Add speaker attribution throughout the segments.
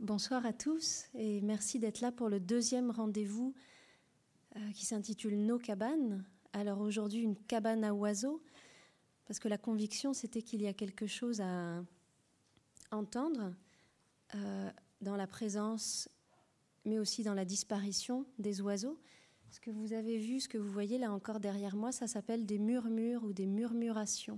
Speaker 1: Bonsoir à tous et merci d'être là pour le deuxième rendez-vous qui s'intitule Nos cabanes. Alors aujourd'hui, une cabane à oiseaux, parce que la conviction, c'était qu'il y a quelque chose à entendre dans la présence, mais aussi dans la disparition des oiseaux. Ce que vous avez vu, ce que vous voyez là encore derrière moi, ça s'appelle des murmures ou des murmurations.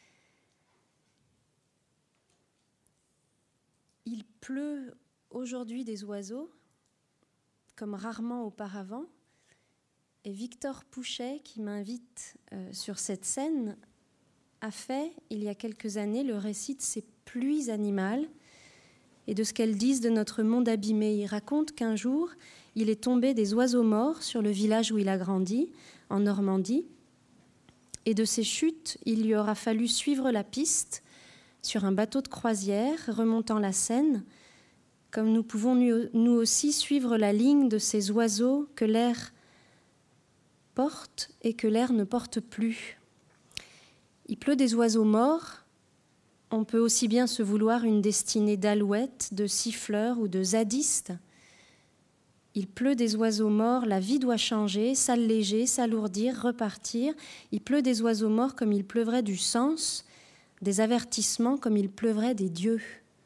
Speaker 1: Il pleut aujourd'hui des oiseaux, comme rarement auparavant. Et Victor Pouchet, qui m'invite sur cette scène, a fait, il y a quelques années, le récit de ces pluies animales et de ce qu'elles disent de notre monde abîmé. Il raconte qu'un jour, il est tombé des oiseaux morts sur le village où il a grandi, en Normandie. Et de ces chutes, il lui aura fallu suivre la piste sur un bateau de croisière remontant la Seine, comme nous pouvons nous aussi suivre la ligne de ces oiseaux que l'air porte et que l'air ne porte plus. Il pleut des oiseaux morts, on peut aussi bien se vouloir une destinée d'alouettes, de siffleurs ou de zadistes. Il pleut des oiseaux morts, la vie doit changer, s'alléger, s'alourdir, repartir. Il pleut des oiseaux morts comme il pleuvrait du sens, des avertissements comme il pleuvrait des dieux.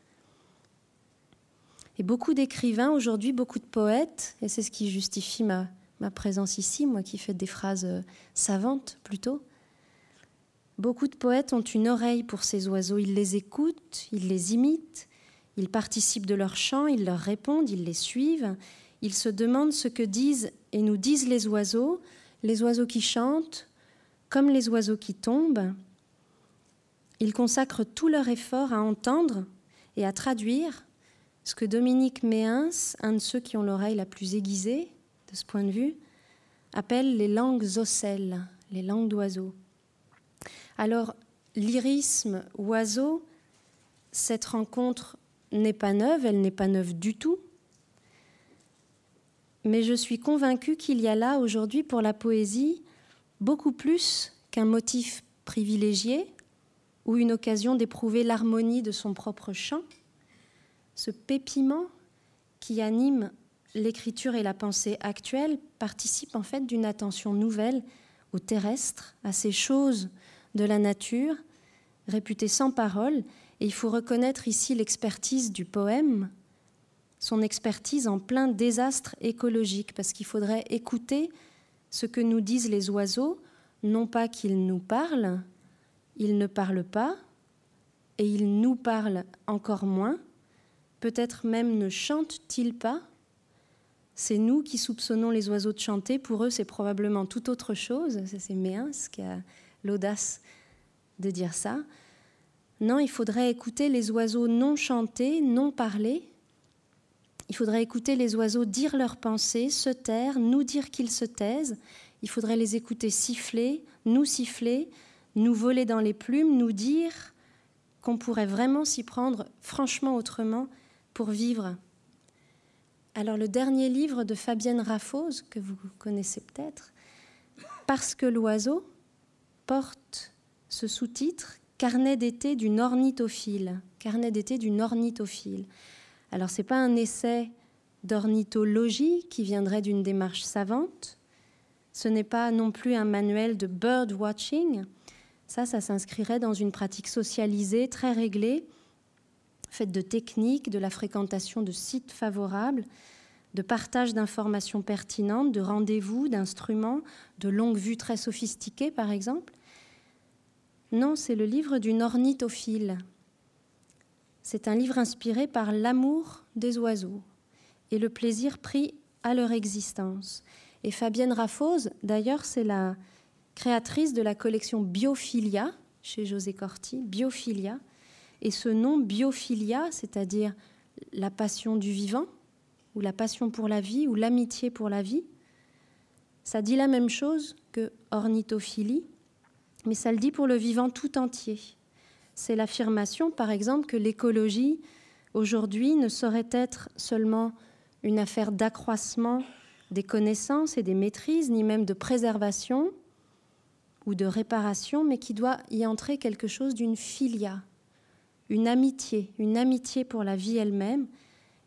Speaker 1: Et beaucoup d'écrivains aujourd'hui, beaucoup de poètes, et c'est ce qui justifie ma présence ici, moi qui fais des phrases savantes plutôt. Beaucoup de poètes ont une oreille pour ces oiseaux, ils les écoutent, ils les imitent, ils participent de leur chant, ils leur répondent, ils les suivent, ils se demandent ce que disent et nous disent les oiseaux qui chantent, comme les oiseaux qui tombent. Ils consacrent tout leur effort à entendre et à traduire ce que Dominique Méhens, un de ceux qui ont l'oreille la plus aiguisée de ce point de vue, appelle les langues ocelles, les langues d'oiseaux. Alors, lyrisme, oiseau, cette rencontre n'est pas neuve, elle n'est pas neuve du tout, mais je suis convaincue qu'il y a là aujourd'hui pour la poésie beaucoup plus qu'un motif privilégié ou une occasion d'éprouver l'harmonie de son propre chant. Ce pépiment qui anime l'écriture et la pensée actuelle participe en fait d'une attention nouvelle au terrestre, à ces choses de la nature, réputées sans parole. Et il faut reconnaître ici l'expertise du poème, son expertise en plein désastre écologique, parce qu'il faudrait écouter ce que nous disent les oiseaux, non pas qu'ils nous parlent, ils ne parlent pas, et ils nous parlent encore moins, peut-être même ne chantent-ils pas. C'est nous qui soupçonnons les oiseaux de chanter. Pour eux, c'est probablement tout autre chose. C'est Méhens qui a l'audace de dire ça. Non, il faudrait écouter les oiseaux non chanter, non parler. Il faudrait écouter les oiseaux dire leurs pensées, se taire, nous dire qu'ils se taisent. Il faudrait les écouter siffler, nous voler dans les plumes, nous dire qu'on pourrait vraiment s'y prendre franchement autrement pour vivre. Alors le dernier livre de Fabienne Raffose, que vous connaissez peut-être, Parce que l'oiseau, porte ce sous-titre « Carnet d'été d'une ornithophile ». Carnet d'été d'une ornithophile. Alors ce n'est pas un essai d'ornithologie qui viendrait d'une démarche savante, ce n'est pas non plus un manuel de bird watching, ça s'inscrirait dans une pratique socialisée, très réglée, faite de techniques, de la fréquentation de sites favorables, de partage d'informations pertinentes, de rendez-vous, d'instruments, de longues vues très sophistiquées, par exemple. Non, c'est le livre d'une ornithophile. C'est un livre inspiré par l'amour des oiseaux et le plaisir pris à leur existence. Et Fabienne Raffose, d'ailleurs, c'est la créatrice de la collection Biophilia, chez José Corti, Biophilia. Et ce nom biophilia, c'est-à-dire la passion du vivant, ou la passion pour la vie, ou l'amitié pour la vie, ça dit la même chose que ornithophilie, mais ça le dit pour le vivant tout entier. C'est l'affirmation, par exemple, que l'écologie, aujourd'hui, ne saurait être seulement une affaire d'accroissement des connaissances et des maîtrises, ni même de préservation ou de réparation, mais qui doit y entrer quelque chose d'une philia, une amitié pour la vie elle-même,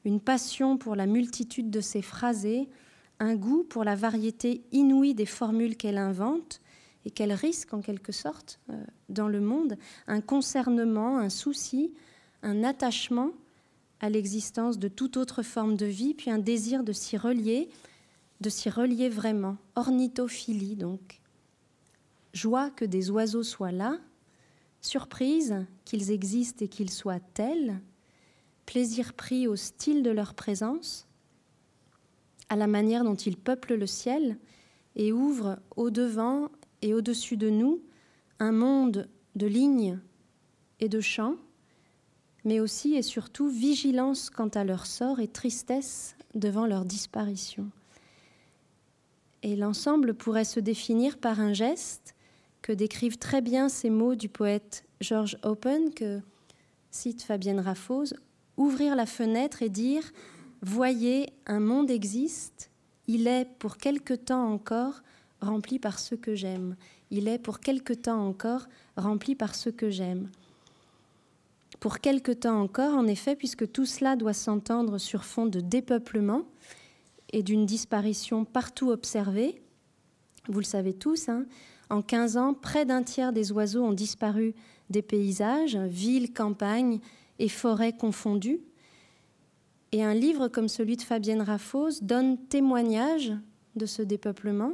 Speaker 1: une passion pour la multitude de ses phrasés, un goût pour la variété inouïe des formules qu'elle invente et qu'elle risque en quelque sorte dans le monde, un concernement, un souci, un attachement à l'existence de toute autre forme de vie, puis un désir de s'y relier vraiment. Ornithophilie donc. Joie que des oiseaux soient là, surprise qu'ils existent et qu'ils soient tels, plaisir pris au style de leur présence, à la manière dont ils peuplent le ciel et ouvrent au-devant et au-dessus de nous un monde de lignes et de chants, mais aussi et surtout vigilance quant à leur sort et tristesse devant leur disparition. Et l'ensemble pourrait se définir par un geste que décrivent très bien ces mots du poète George Oppen, que cite Fabienne Raffose, ouvrir la fenêtre et dire « Voyez, un monde existe, il est pour quelque temps encore rempli par ceux que j'aime. Il est pour quelque temps encore rempli par ceux que j'aime. » Pour quelque temps encore, en effet, puisque tout cela doit s'entendre sur fond de dépeuplement et d'une disparition partout observée. Vous le savez tous, hein, en 15 ans, près d'un tiers des oiseaux ont disparu des paysages, villes, campagnes et forêts confondues. Et un livre comme celui de Fabienne Raffose donne témoignage de ce dépeuplement,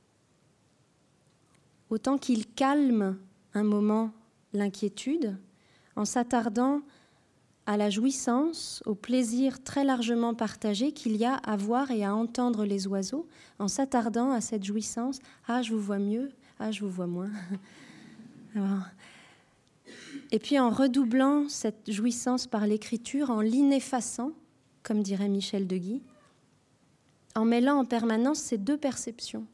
Speaker 1: autant qu'il calme un moment l'inquiétude, en s'attardant à la jouissance, au plaisir très largement partagé qu'il y a à voir et à entendre les oiseaux, en s'attardant à cette jouissance. Ah, je vous vois mieux, ah, je vous vois moins. Alors, et puis en redoublant cette jouissance par l'écriture, en l'ineffaçant, comme dirait Michel Deguy, en mêlant en permanence ces deux perceptions,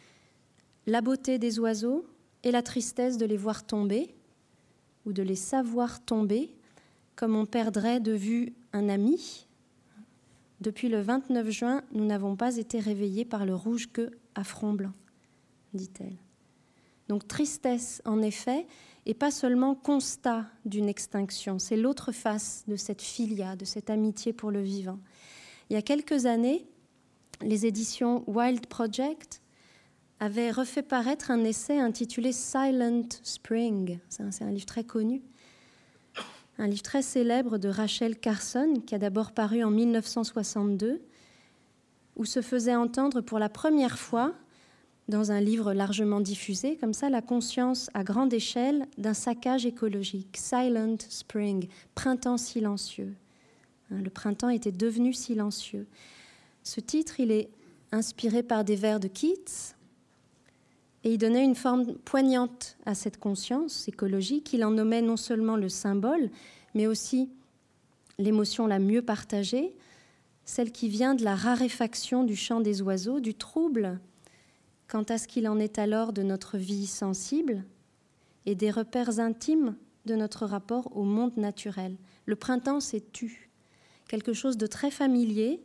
Speaker 1: la beauté des oiseaux et la tristesse de les voir tomber, ou de les savoir tomber, comme on perdrait de vue un ami. Depuis le 29 juin, nous n'avons pas été réveillés par le rouge queue à front blanc, dit-elle. Donc tristesse, en effet, et pas seulement constat d'une extinction. C'est l'autre face de cette philia, de cette amitié pour le vivant. Il y a quelques années, les éditions Wild Project avaient refait paraître un essai intitulé Silent Spring. C'est un livre très connu, un livre très célèbre de Rachel Carson, qui a d'abord paru en 1962, où se faisait entendre pour la première fois, dans un livre largement diffusé, comme ça, la conscience à grande échelle d'un saccage écologique. Silent Spring, printemps silencieux. Le printemps était devenu silencieux. Ce titre, il est inspiré par des vers de Keats, et il donnait une forme poignante à cette conscience écologique. Il en nommait non seulement le symbole, mais aussi l'émotion la mieux partagée, celle qui vient de la raréfaction du chant des oiseaux, du trouble quant à ce qu'il en est alors de notre vie sensible et des repères intimes de notre rapport au monde naturel. Le printemps s'est tu. Quelque chose de très familier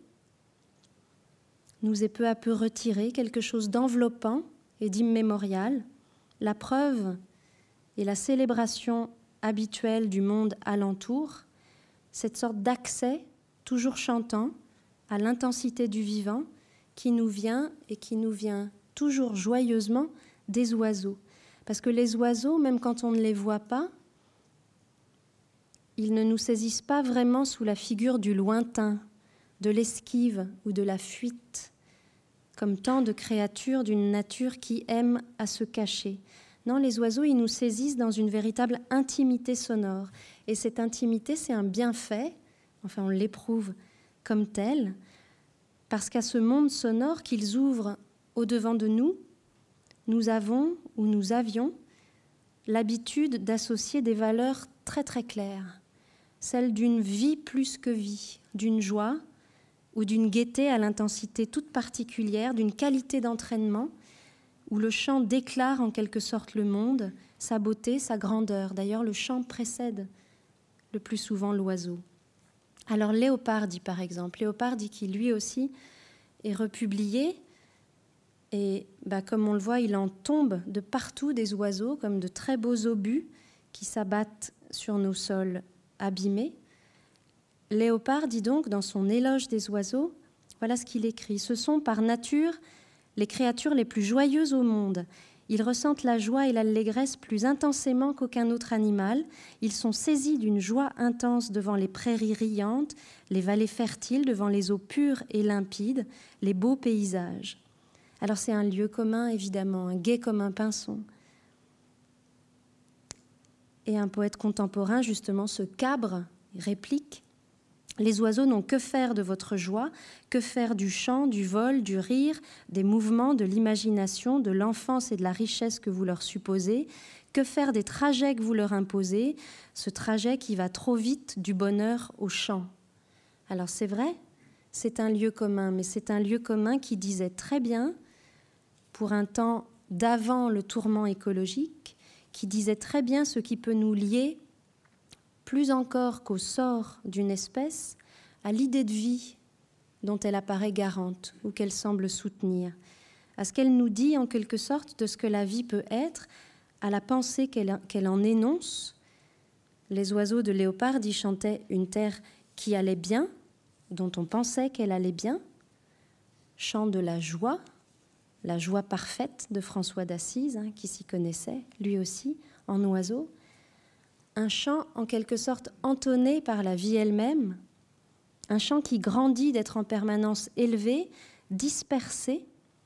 Speaker 1: nous est peu à peu retiré, quelque chose d'enveloppant et d'immémorial, la preuve et la célébration habituelle du monde alentour, cette sorte d'accès, toujours chantant, à l'intensité du vivant qui nous vient et qui nous vient toujours joyeusement des oiseaux. Parce que les oiseaux, même quand on ne les voit pas, ils ne nous saisissent pas vraiment sous la figure du lointain, de l'esquive ou de la fuite, comme tant de créatures d'une nature qui aime à se cacher. Non, les oiseaux, ils nous saisissent dans une véritable intimité sonore. Et cette intimité, c'est un bienfait, enfin on l'éprouve comme tel, parce qu'à ce monde sonore qu'ils ouvrent au-devant de nous, nous avons ou nous avions l'habitude d'associer des valeurs très très claires, celles d'une vie plus que vie, d'une joie, ou d'une gaieté à l'intensité toute particulière, d'une qualité d'entraînement, où le chant déclare en quelque sorte le monde, sa beauté, sa grandeur. D'ailleurs, le chant précède le plus souvent l'oiseau. Alors Léopardi, par exemple, Léopardi qui lui aussi est republié, et comme on le voit, il en tombe de partout des oiseaux, comme de très beaux obus qui s'abattent sur nos sols abîmés. Léopard dit donc dans son éloge des oiseaux, voilà ce qu'il écrit. Ce sont par nature les créatures les plus joyeuses au monde. Ils ressentent la joie et l'allégresse plus intensément qu'aucun autre animal. Ils sont saisis d'une joie intense devant les prairies riantes, les vallées fertiles, devant les eaux pures et limpides, les beaux paysages. Alors c'est un lieu commun, évidemment, un gai comme un pinson. Et un poète contemporain, justement, se cabre, réplique: les oiseaux n'ont que faire de votre joie, que faire du chant, du vol, du rire, des mouvements, de l'imagination, de l'enfance et de la richesse que vous leur supposez, que faire des trajets que vous leur imposez, ce trajet qui va trop vite du bonheur au chant. Alors c'est vrai, c'est un lieu commun, mais c'est un lieu commun qui disait très bien, pour un temps d'avant le tourment écologique, qui disait très bien ce qui peut nous lier plus encore qu'au sort d'une espèce, à l'idée de vie dont elle apparaît garante ou qu'elle semble soutenir, à ce qu'elle nous dit en quelque sorte de ce que la vie peut être, à la pensée qu'elle en énonce. Les oiseaux de Léopard y chantaient une terre qui allait bien, dont on pensait qu'elle allait bien, chant de la joie parfaite de François d'Assise, qui s'y connaissait, lui aussi, en oiseau, un chant en quelque sorte entonné par la vie elle-même, un chant qui grandit d'être en permanence élevé, dispersé,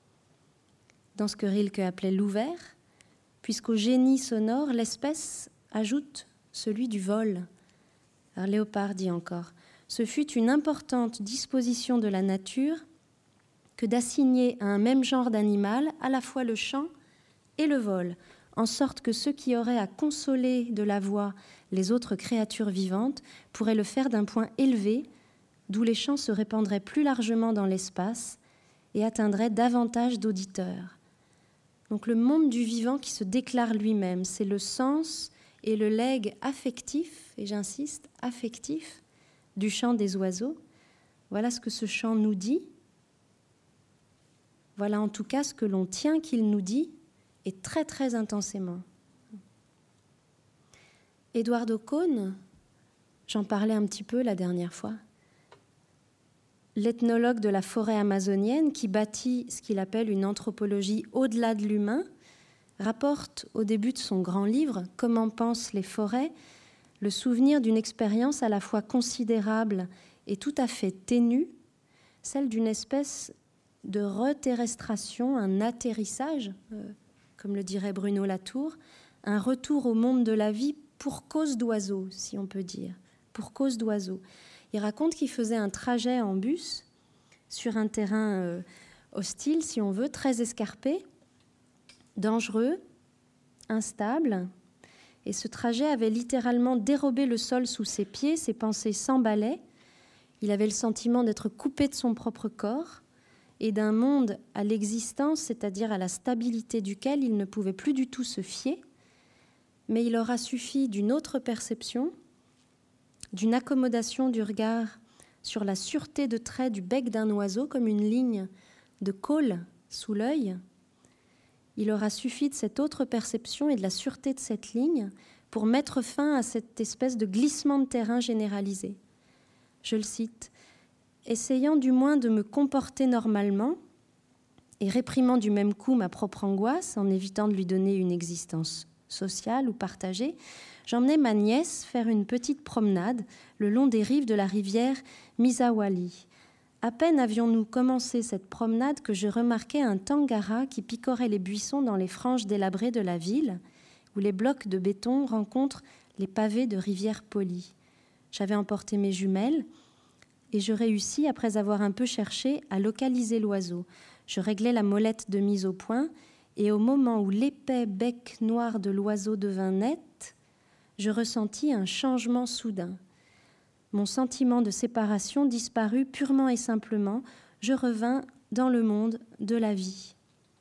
Speaker 1: dans ce que Rilke appelait l'ouvert, puisqu'au génie sonore, l'espèce ajoute celui du vol. Alors Léopard dit encore, ce fut une importante disposition de la nature que d'assigner à un même genre d'animal à la fois le chant et le vol, en sorte que ceux qui auraient à consoler de la voix les autres créatures vivantes pourraient le faire d'un point élevé, d'où les chants se répandraient plus largement dans l'espace et atteindraient davantage d'auditeurs. Donc le monde du vivant qui se déclare lui-même, c'est le sens et le legs affectif, et j'insiste, affectif, du chant des oiseaux. Voilà ce que ce chant nous dit. Voilà en tout cas ce que l'on tient qu'il nous dit, et très très intensément. Eduardo Kohn, j'en parlais un petit peu la dernière fois, l'ethnologue de la forêt amazonienne qui bâtit ce qu'il appelle une anthropologie au-delà de l'humain, rapporte au début de son grand livre « Comment pensent les forêts ?» le souvenir d'une expérience à la fois considérable et tout à fait ténue, celle d'une espèce de reterrestration, un atterrissage, comme le dirait Bruno Latour, un retour au monde de la vie pour cause d'oiseaux, si on peut dire, pour cause d'oiseaux. Il raconte qu'il faisait un trajet en bus sur un terrain hostile, si on veut, très escarpé, dangereux, instable, et ce trajet avait littéralement dérobé le sol sous ses pieds, ses pensées s'emballaient, il avait le sentiment d'être coupé de son propre corps, et d'un monde à l'existence, c'est-à-dire à la stabilité duquel il ne pouvait plus du tout se fier, mais il aura suffi d'une autre perception, d'une accommodation du regard sur la sûreté de trait du bec d'un oiseau comme une ligne de colle sous l'œil. Il aura suffi de cette autre perception et de la sûreté de cette ligne pour mettre fin à cette espèce de glissement de terrain généralisé. Je le cite. Essayant du moins de me comporter normalement et réprimant du même coup ma propre angoisse en évitant de lui donner une existence sociale ou partagée, j'emmenai ma nièce faire une petite promenade le long des rives de la rivière Misawali. À peine avions-nous commencé cette promenade que je remarquai un tangara qui picorait les buissons dans les franges délabrées de la ville, où les blocs de béton rencontrent les pavés de rivières polies. J'avais emporté mes jumelles, et je réussis, après avoir un peu cherché, à localiser l'oiseau. Je réglai la molette de mise au point, et au moment où l'épais bec noir de l'oiseau devint net, je ressentis un changement soudain. Mon sentiment de séparation disparut purement et simplement. Je revins dans le monde de la vie.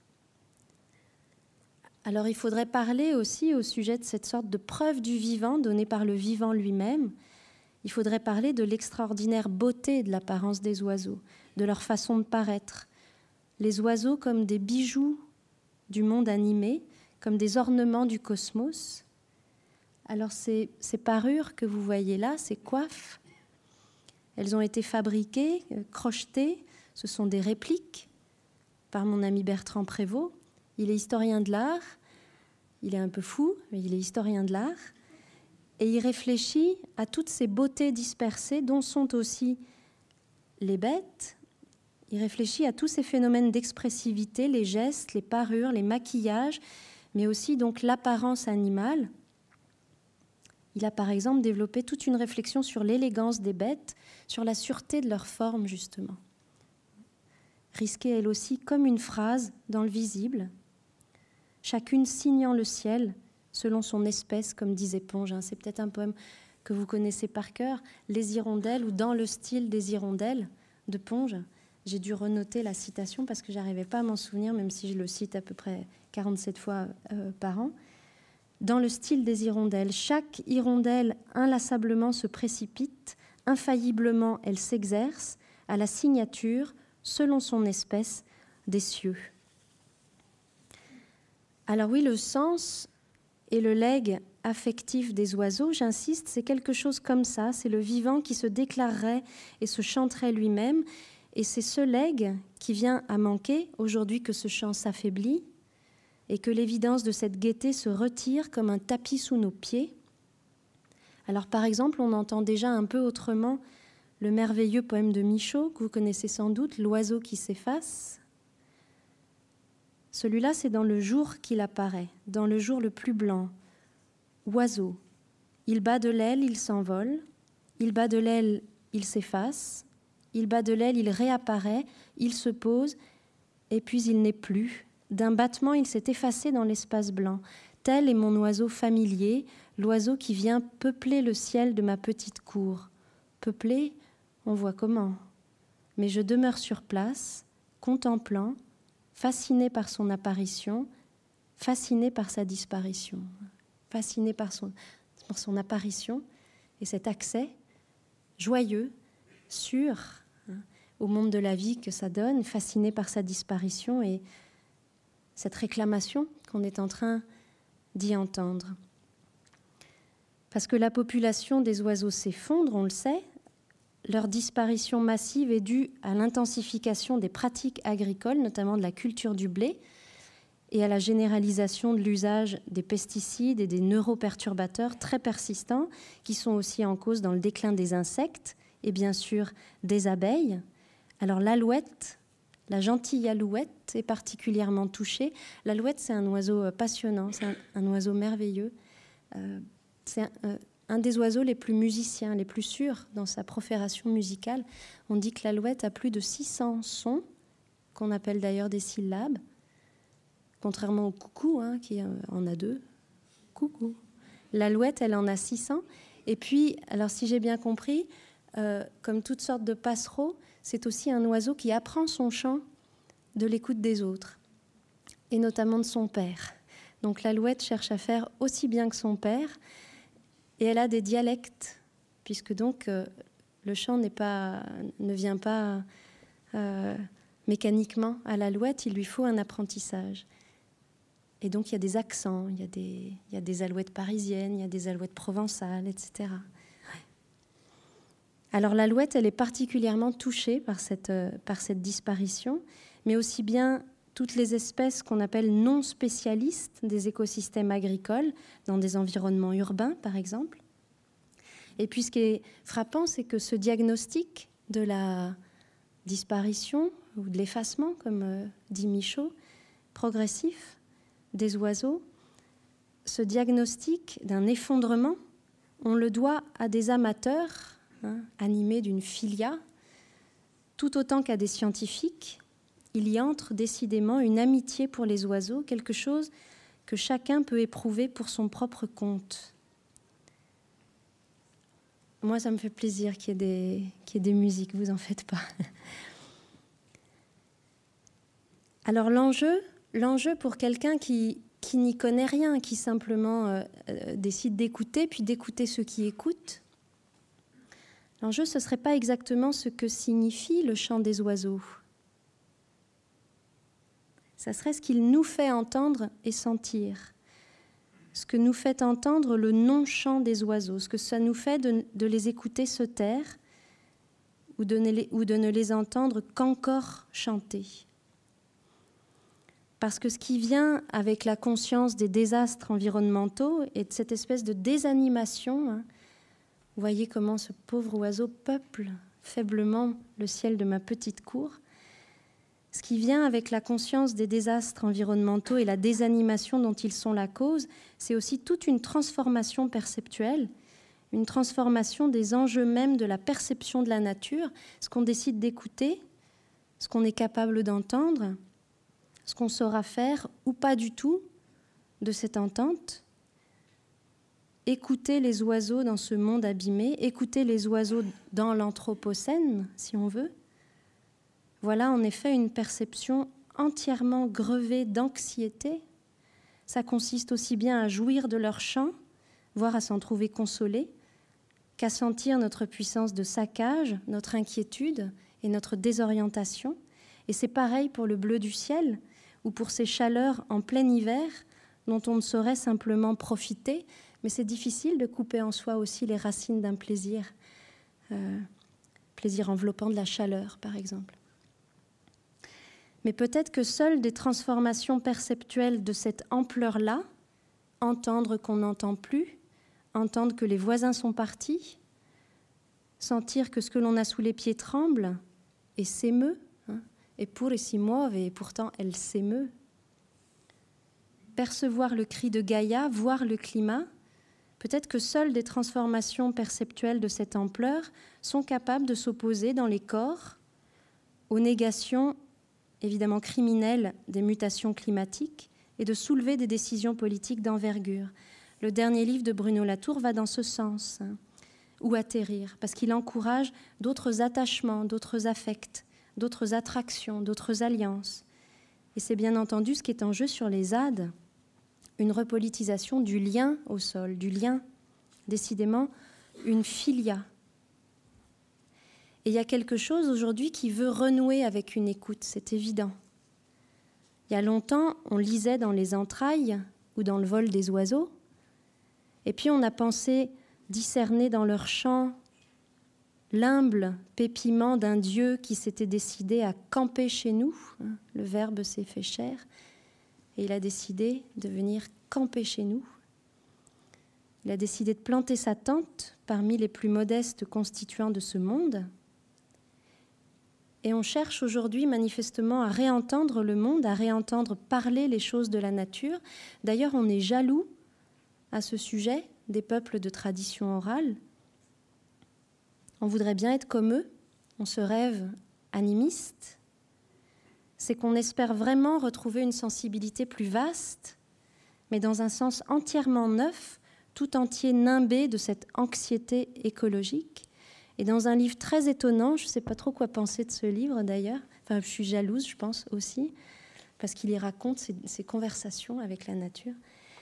Speaker 1: Alors il faudrait parler aussi au sujet de cette sorte de preuve du vivant donnée par le vivant lui-même. Il faudrait parler de l'extraordinaire beauté de l'apparence des oiseaux, de leur façon de paraître. Les oiseaux comme des bijoux du monde animé, comme des ornements du cosmos. Alors ces parures que vous voyez là, ces coiffes, Elles ont été fabriquées, crochetées. Ce sont des répliques par mon ami Bertrand Prévost. Il est historien de l'art. Il est un peu fou, mais il est historien de l'art. Et il réfléchit à toutes ces beautés dispersées dont sont aussi les bêtes. Il réfléchit à tous ces phénomènes d'expressivité, les gestes, les parures, les maquillages, mais aussi donc l'apparence animale. Il a par exemple développé toute une réflexion sur l'élégance des bêtes, sur la sûreté de leur forme justement. Risquée elle aussi comme une phrase dans le visible, chacune signant le ciel selon son espèce, comme disait Ponge. C'est peut-être un poème que vous connaissez par cœur, Les Hirondelles, ou Dans le style des Hirondelles de Ponge. J'ai dû renoter la citation parce que je n'arrivais pas à m'en souvenir, même si je le cite à peu près 47 fois par an. Dans le style des hirondelles, chaque hirondelle inlassablement se précipite, infailliblement elle s'exerce à la signature, selon son espèce, des cieux. Alors oui, le sens et le legs affectif des oiseaux, j'insiste, c'est quelque chose comme ça, c'est le vivant qui se déclarerait et se chanterait lui-même, et c'est ce legs qui vient à manquer aujourd'hui que ce chant s'affaiblit et que l'évidence de cette gaieté se retire comme un tapis sous nos pieds. Alors par exemple, on entend déjà un peu autrement le merveilleux poème de Michaud, que vous connaissez sans doute, L'oiseau qui s'efface. Celui-là, c'est dans le jour qu'il apparaît, dans le jour le plus blanc. Oiseau, il bat de l'aile, il s'envole, il bat de l'aile, il s'efface, il bat de l'aile, il réapparaît, il se pose, et puis il n'est plus. D'un battement, il s'est effacé dans l'espace blanc. Tel est mon oiseau familier, l'oiseau qui vient peupler le ciel de ma petite cour. Peupler, on voit comment. Mais je demeure sur place, contemplant, fasciné par son apparition, fasciné par sa disparition. Fasciné par son apparition et cet accès joyeux, sûr, au monde de la vie que ça donne, fasciné par sa disparition et cette réclamation qu'on est en train d'y entendre. Parce que la population des oiseaux s'effondre, on le sait, leur disparition massive est due à l'intensification des pratiques agricoles, notamment de la culture du blé, et à la généralisation de l'usage des pesticides et des neuroperturbateurs très persistants qui sont aussi en cause dans le déclin des insectes et bien sûr des abeilles. Alors l'alouette, la gentille alouette est particulièrement touchée. L'alouette, c'est un oiseau passionnant, c'est un oiseau merveilleux. C'est un des oiseaux les plus musiciens, les plus sûrs dans sa profération musicale. On dit que l'alouette a plus de 600 sons, qu'on appelle d'ailleurs des syllabes, contrairement au coucou, qui en a 2. Coucou. L'alouette, elle en a 600. Et puis, alors si j'ai bien compris, comme toutes sortes de passereaux, c'est aussi un oiseau qui apprend son chant de l'écoute des autres, et notamment de son père. Donc l'alouette cherche à faire aussi bien que son père, et elle a des dialectes, puisque donc le chant ne vient pas mécaniquement à l'alouette, il lui faut un apprentissage. Et donc il y a des accents, il y a des alouettes parisiennes, il y a des alouettes provençales, etc. Alors l'alouette, elle est particulièrement touchée par cette disparition, mais aussi bien toutes les espèces qu'on appelle non spécialistes des écosystèmes agricoles, dans des environnements urbains par exemple. Et puis ce qui est frappant, c'est que ce diagnostic de la disparition ou de l'effacement, comme dit Michaud, progressif des oiseaux, ce diagnostic d'un effondrement, on le doit à des amateurs animés d'une filia, tout autant qu'à des scientifiques. Il y entre décidément une amitié pour les oiseaux, quelque chose que chacun peut éprouver pour son propre compte. Moi, ça me fait plaisir qu'il y ait des musiques, vous en faites pas. Alors l'enjeu pour quelqu'un qui n'y connaît rien, qui simplement décide d'écouter, puis d'écouter ceux qui écoutent, l'enjeu, ce ne serait pas exactement ce que signifie le chant des oiseaux. Ça serait ce qu'il nous fait entendre et sentir, ce que nous fait entendre le non-chant des oiseaux, ce que ça nous fait de les écouter se taire ou de ne les entendre qu'encore chanter. Parce que ce qui vient avec la conscience des désastres environnementaux et de cette espèce de désanimation, hein, vous voyez comment ce pauvre oiseau peuple faiblement le ciel de ma petite cour. Ce qui vient avec la conscience des désastres environnementaux et la désanimation dont ils sont la cause, c'est aussi toute une transformation perceptuelle, une transformation des enjeux même de la perception de la nature, ce qu'on décide d'écouter, ce qu'on est capable d'entendre, ce qu'on saura faire ou pas du tout de cette entente. Écouter les oiseaux dans ce monde abîmé, écouter les oiseaux dans l'anthropocène, si on veut. Voilà en effet une perception entièrement grevée d'anxiété. Ça consiste aussi bien à jouir de leur chant, voire à s'en trouver consolé, qu'à sentir notre puissance de saccage, notre inquiétude et notre désorientation. Et c'est pareil pour le bleu du ciel, ou pour ces chaleurs en plein hiver dont on ne saurait simplement profiter, mais c'est difficile de couper en soi aussi les racines d'un plaisir, plaisir enveloppant de la chaleur, par exemple. Mais peut-être que seules des transformations perceptuelles de cette ampleur-là, entendre qu'on n'entend plus, entendre que les voisins sont partis, sentir que ce que l'on a sous les pieds tremble et s'émeut, hein, eppure si muove, et pourtant elle s'émeut. Percevoir le cri de Gaïa, voir le climat, peut-être que seules des transformations perceptuelles de cette ampleur sont capables de s'opposer dans les corps aux négations évidemment criminelles des mutations climatiques et de soulever des décisions politiques d'envergure. Le dernier livre de Bruno Latour va dans ce sens, hein, ou atterrir, parce qu'il encourage d'autres attachements, d'autres affects, d'autres attractions, d'autres alliances. Et c'est bien entendu ce qui est en jeu sur les ZAD, une repolitisation du lien au sol, du lien, décidément une filia. Et il y a quelque chose aujourd'hui qui veut renouer avec une écoute, c'est évident. Il y a longtemps, on lisait dans les entrailles ou dans le vol des oiseaux, et puis on a pensé discerner dans leur chant l'humble pépiment d'un Dieu qui s'était décidé à camper chez nous. Le Verbe s'est fait chair et il a décidé de venir camper chez nous. Il a décidé de planter sa tente parmi les plus modestes constituants de ce monde. Et on cherche aujourd'hui manifestement à réentendre le monde, à réentendre parler les choses de la nature. D'ailleurs, on est jaloux à ce sujet des peuples de tradition orale. On voudrait bien être comme eux, on se rêve animiste. C'est qu'on espère vraiment retrouver une sensibilité plus vaste, mais dans un sens entièrement neuf, tout entier nimbé de cette anxiété écologique. Et dans un livre très étonnant, je ne sais pas trop quoi penser de ce livre d'ailleurs, enfin je suis jalouse je pense aussi, parce qu'il y raconte ses conversations avec la nature.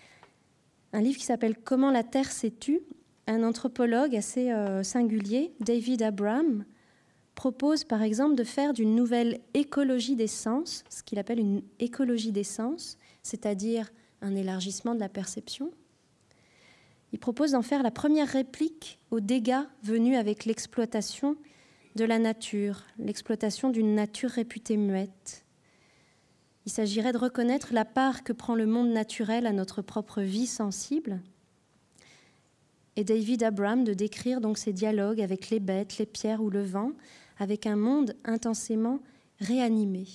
Speaker 1: Un livre qui s'appelle « Comment la Terre s'est tue ». Un anthropologue assez singulier, David Abram, propose par exemple de faire d'une nouvelle écologie des sens, ce qu'il appelle une écologie des sens, c'est-à-dire un élargissement de la perception. Il propose d'en faire la première réplique aux dégâts venus avec l'exploitation de la nature, l'exploitation d'une nature réputée muette. Il s'agirait de reconnaître la part que prend le monde naturel à notre propre vie sensible. Et David Abram de décrire donc ces dialogues avec les bêtes, les pierres ou le vent, avec un monde intensément réanimé.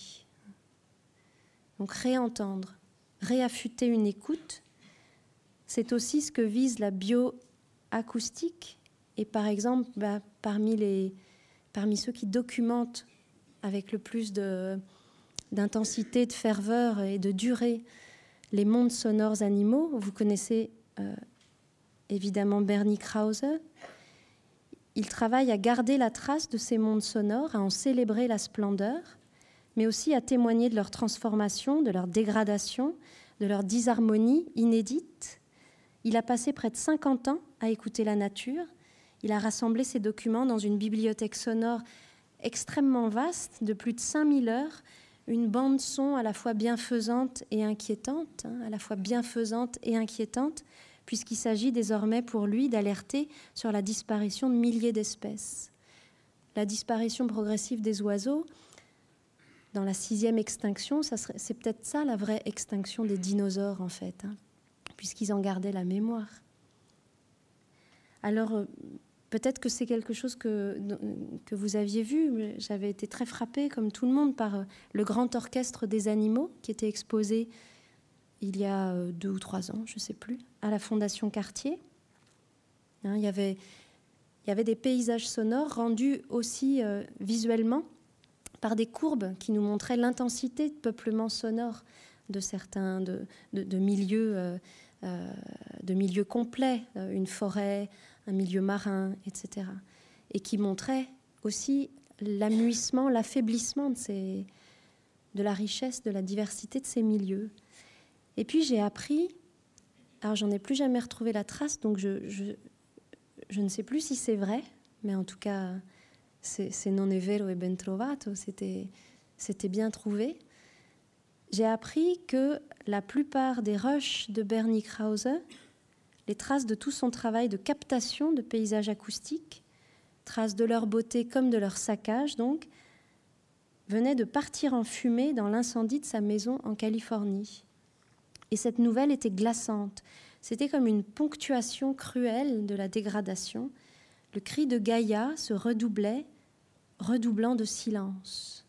Speaker 1: Donc réentendre, réaffûter une écoute, c'est aussi ce que vise la bioacoustique. Et par exemple, parmi ceux qui documentent avec le plus d'intensité, de ferveur et de durée les mondes sonores animaux, vous connaissez évidemment Bernie Krause. Il travaille à garder la trace de ces mondes sonores, à en célébrer la splendeur, mais aussi à témoigner de leur transformation, de leur dégradation, de leur disharmonie inédite. Il a passé près de 50 ans à écouter la nature. Il a rassemblé ces documents dans une bibliothèque sonore extrêmement vaste, de plus de 5000 heures, une bande-son à la fois bienfaisante et inquiétante, puisqu'il s'agit désormais pour lui d'alerter sur la disparition de milliers d'espèces. la disparition progressive des oiseaux, dans la 6e extinction, c'est peut-être ça la vraie extinction des dinosaures en fait, hein, puisqu'ils en gardaient la mémoire. Alors, peut-être que c'est quelque chose que vous aviez vu. J'avais été très frappée, comme tout le monde, par le grand orchestre des animaux qui était exposé il y a 2 ou 3 ans, je ne sais plus, à la Fondation Cartier. Hein, il y avait des paysages sonores rendus aussi visuellement par des courbes qui nous montraient l'intensité de peuplement sonore de certains de milieux complets, une forêt, un milieu marin, etc. Et qui montraient aussi l'amuissement, l'affaiblissement de la richesse, de la diversité de ces milieux. Et puis j'ai appris, alors j'en ai plus jamais retrouvé la trace, donc je ne sais plus si c'est vrai, mais en tout cas, c'est non è vero e ben trovato, c'était bien trouvé. J'ai appris que la plupart des rushs de Bernie Krause, les traces de tout son travail de captation de paysages acoustiques, traces de leur beauté comme de leur saccage, donc, venaient de partir en fumée dans l'incendie de sa maison en Californie. Et cette nouvelle était glaçante. C'était comme une ponctuation cruelle de la dégradation. Le cri de Gaïa se redoublait, redoublant de silence.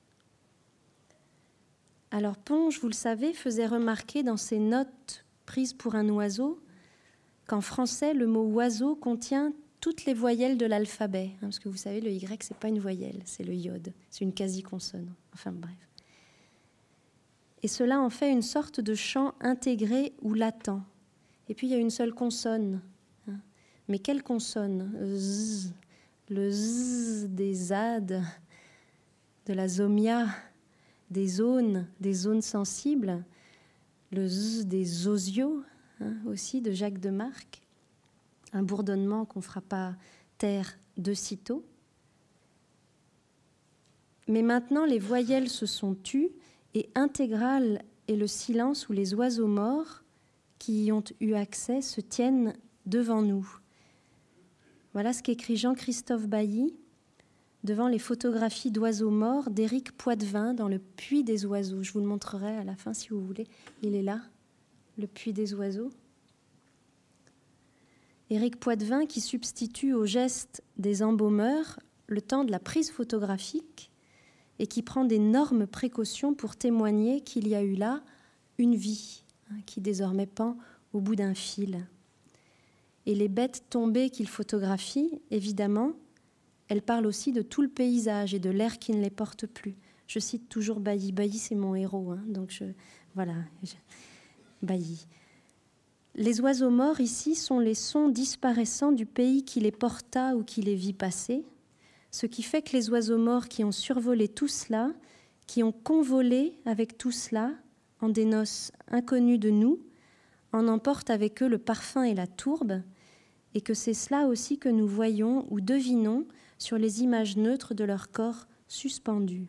Speaker 1: Alors Ponge, vous le savez, faisait remarquer dans ses notes prises pour un oiseau qu'en français, le mot oiseau contient toutes les voyelles de l'alphabet. Hein, parce que vous savez, le Y, c'est pas une voyelle, c'est le iode. C'est une quasi-consonne. Enfin bref. Et cela en fait une sorte de chant intégré ou latent. Et puis il y a une seule consonne. Hein. Mais quelle consonne ? Z. Le Z des ZAD, de la zomia, des zones sensibles, le Z des osios, hein, aussi de Jacques Demarque, un bourdonnement qu'on ne fera pas taire de sitôt. Mais maintenant, les voyelles se sont tues et intégral est le silence où les oiseaux morts qui y ont eu accès se tiennent devant nous. Voilà ce qu'écrit Jean-Christophe Bailly devant les photographies d'oiseaux morts d'Éric Poitvin dans le Puits des oiseaux. Je vous le montrerai à la fin si vous voulez. Il est là, le Puits des oiseaux. Éric Poitvin qui substitue au geste des embaumeurs le temps de la prise photographique et qui prend d'énormes précautions pour témoigner qu'il y a eu là une vie, hein, qui désormais pend au bout d'un fil. Et les bêtes tombées qu'il photographie, évidemment, elles parlent aussi de tout le paysage et de l'air qui ne les porte plus. Je cite toujours Bailly. Bailly, c'est mon héros, hein, donc Bailly. Les oiseaux morts ici sont les sons disparaissants du pays qui les porta ou qui les vit passer, ce qui fait que les oiseaux morts qui ont survolé tout cela, qui ont convolé avec tout cela, en des noces inconnues de nous, en emportent avec eux le parfum et la tourbe, et que c'est cela aussi que nous voyons ou devinons sur les images neutres de leur corps suspendus.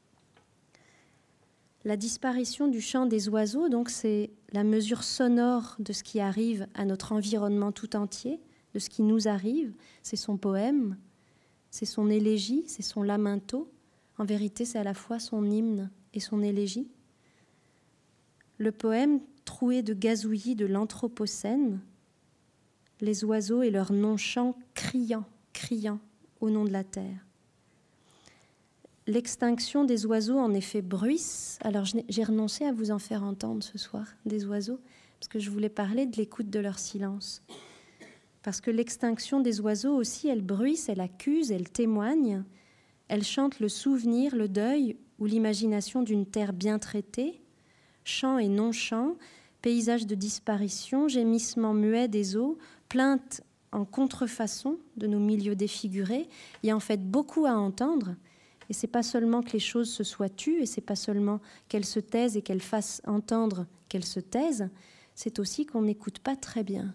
Speaker 1: La disparition du chant des oiseaux, donc, c'est la mesure sonore de ce qui arrive à notre environnement tout entier, de ce qui nous arrive. C'est son poème, c'est son élégie, c'est son lamento. En vérité, c'est à la fois son hymne et son élégie. Le poème troué de gazouillis de l'Anthropocène, les oiseaux et leurs non-chants criant au nom de la terre. L'extinction des oiseaux, en effet, bruisse. Alors, j'ai renoncé à vous en faire entendre ce soir, des oiseaux, parce que je voulais parler de l'écoute de leur silence. Parce que l'extinction des oiseaux aussi, elle bruisse, elle accuse, elle témoigne, elle chante le souvenir, le deuil ou l'imagination d'une terre bien traitée, chant et non-chant, paysage de disparition, gémissement muet des eaux, plainte en contrefaçon de nos milieux défigurés. Il y a en fait beaucoup à entendre. Et ce n'est pas seulement que les choses se soient tues, et ce n'est pas seulement qu'elles se taisent et qu'elles fassent entendre qu'elles se taisent, c'est aussi qu'on n'écoute pas très bien.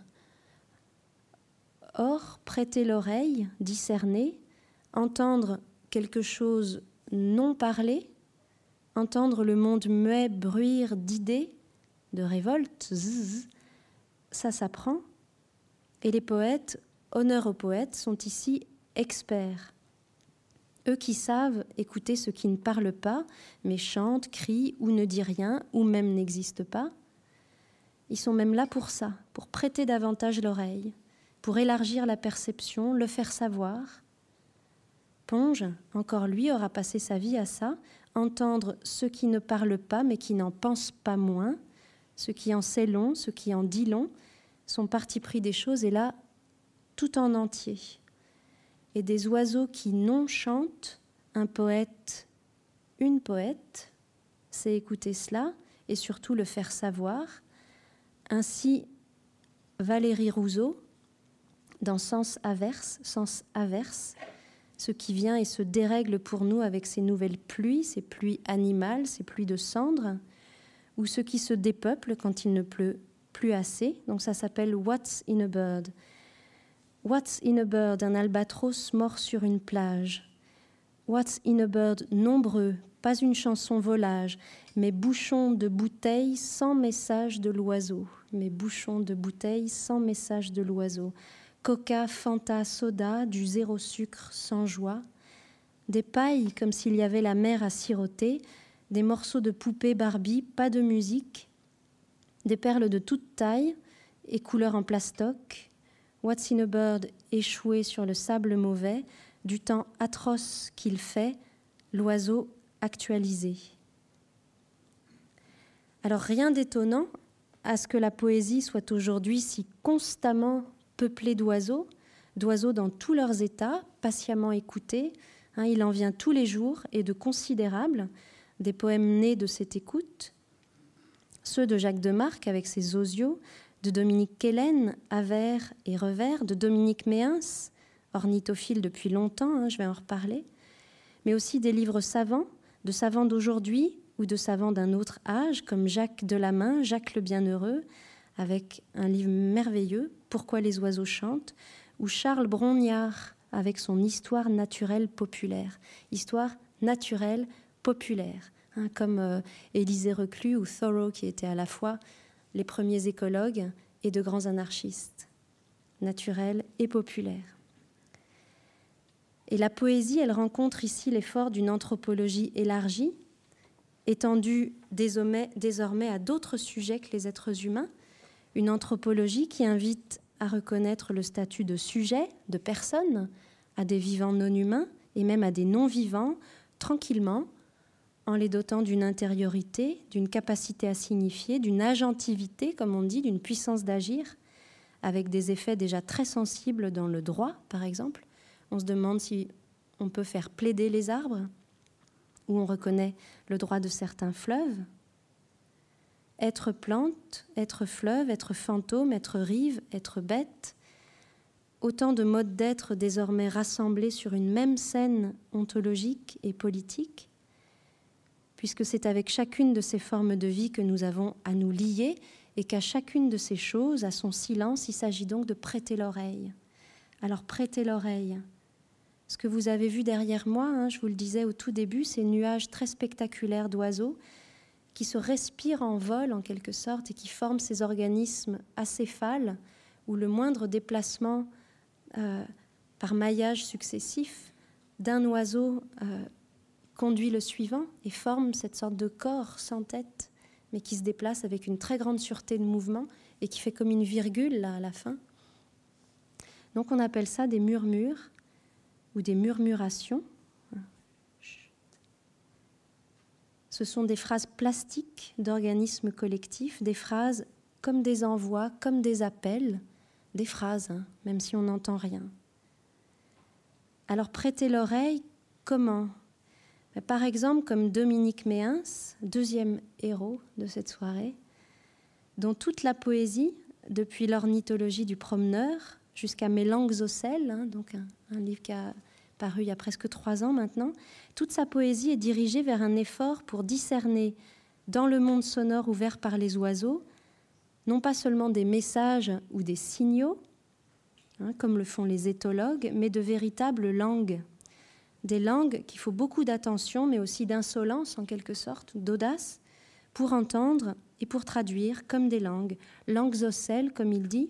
Speaker 1: Or, prêter l'oreille, discerner, entendre quelque chose non parlé, entendre le monde muet bruire d'idées, de révolte, zzz, ça s'apprend. Et les poètes, honneur aux poètes, sont ici experts. eux qui savent écouter ce qui ne parle pas, mais chante, crie ou ne dit rien, ou même n'existe pas. Ils sont même là pour ça, pour prêter davantage l'oreille, pour élargir la perception, le faire savoir. Ponge, encore lui, aura passé sa vie à ça, entendre ceux qui ne parlent pas mais qui n'en pensent pas moins, ce qui en sait long, ce qui en dit long, son parti pris des choses est là tout en entier. Et des oiseaux qui non chantent, un poète, une poète, c'est écouter cela et surtout le faire savoir. Ainsi, Valérie Rousseau, dans Sens averse, ce qui vient et se dérègle pour nous avec ces nouvelles pluies, ces pluies animales, ces pluies de cendres, ou ce qui se dépeuple quand il ne pleut plus assez. Donc ça s'appelle What's in a Bird. What's in a Bird, un albatros mort sur une plage. What's in a Bird, nombreux, pas une chanson volage, mais bouchons de bouteilles sans message de l'oiseau. Mais bouchons de bouteilles sans message de l'oiseau. Coca, Fanta, soda, du zéro sucre sans joie. Des pailles comme s'il y avait la mer à siroter, des morceaux de poupée Barbie, pas de musique, des perles de toute taille et couleur en plastoc. What's in a Bird échoué sur le sable mauvais, du temps atroce qu'il fait, l'oiseau actualisé. Alors rien d'étonnant à ce que la poésie soit aujourd'hui si constamment peuplée d'oiseaux dans tous leurs états, patiemment écoutés. Il en vient tous les jours et de considérables, des poèmes nés de cette écoute, ceux de Jacques Demarque avec ses osios, de Dominique Quélen, avers et revers, de Dominique Méhens, ornithophile depuis longtemps, je vais en reparler, mais aussi des livres savants, de savants d'aujourd'hui ou de savants d'un autre âge, comme Jacques Delamain, Jacques le Bienheureux, avec un livre merveilleux, Pourquoi les oiseaux chantent, ou Charles Brongniart, avec son Histoire naturelle populaire. Histoire naturelle populaire, comme Élisée Reclus ou Thoreau, qui étaient à la fois les premiers écologues et de grands anarchistes, naturels et populaires. Et la poésie, elle rencontre ici l'effort d'une anthropologie élargie, étendue désormais à d'autres sujets que les êtres humains, une anthropologie qui invite à reconnaître le statut de sujet, de personne, à des vivants non humains et même à des non-vivants, tranquillement, en les dotant d'une intériorité, d'une capacité à signifier, d'une agentivité, comme on dit, d'une puissance d'agir, avec des effets déjà très sensibles dans le droit, par exemple. On se demande si on peut faire plaider les arbres, où on reconnaît le droit de certains fleuves. Être plante, être fleuve, être fantôme, être rive, être bête, autant de modes d'être désormais rassemblés sur une même scène ontologique et politique, puisque c'est avec chacune de ces formes de vie que nous avons à nous lier et qu'à chacune de ces choses, à son silence, il s'agit donc de prêter l'oreille. Alors prêtez l'oreille. Ce que vous avez vu derrière moi, je vous le disais au tout début, ces nuages très spectaculaires d'oiseaux qui se respirent en vol en quelque sorte et qui forment ces organismes acéphales où le moindre déplacement par maillage successif d'un oiseau conduit le suivant et forme cette sorte de corps sans tête, mais qui se déplace avec une très grande sûreté de mouvement et qui fait comme une virgule là, à la fin. Donc on appelle ça des murmures ou des murmurations. Ce sont des phrases plastiques d'organismes collectifs, des phrases comme des envois, comme des appels, des phrases, même si on n'entend rien. Alors prêtez l'oreille, comment ? Par exemple, comme Dominique Méhens, deuxième héros de cette soirée, dont toute la poésie, depuis l'ornithologie du promeneur jusqu'à Mes langues aux sels, donc un livre qui a paru il y a presque 3 ans maintenant, toute sa poésie est dirigée vers un effort pour discerner dans le monde sonore ouvert par les oiseaux, non pas seulement des messages ou des signaux, comme le font les éthologues, mais de véritables langues. Des langues qu'il faut beaucoup d'attention, mais aussi d'insolence en quelque sorte, d'audace, pour entendre et pour traduire comme des langues. Langues aux sels, comme il dit,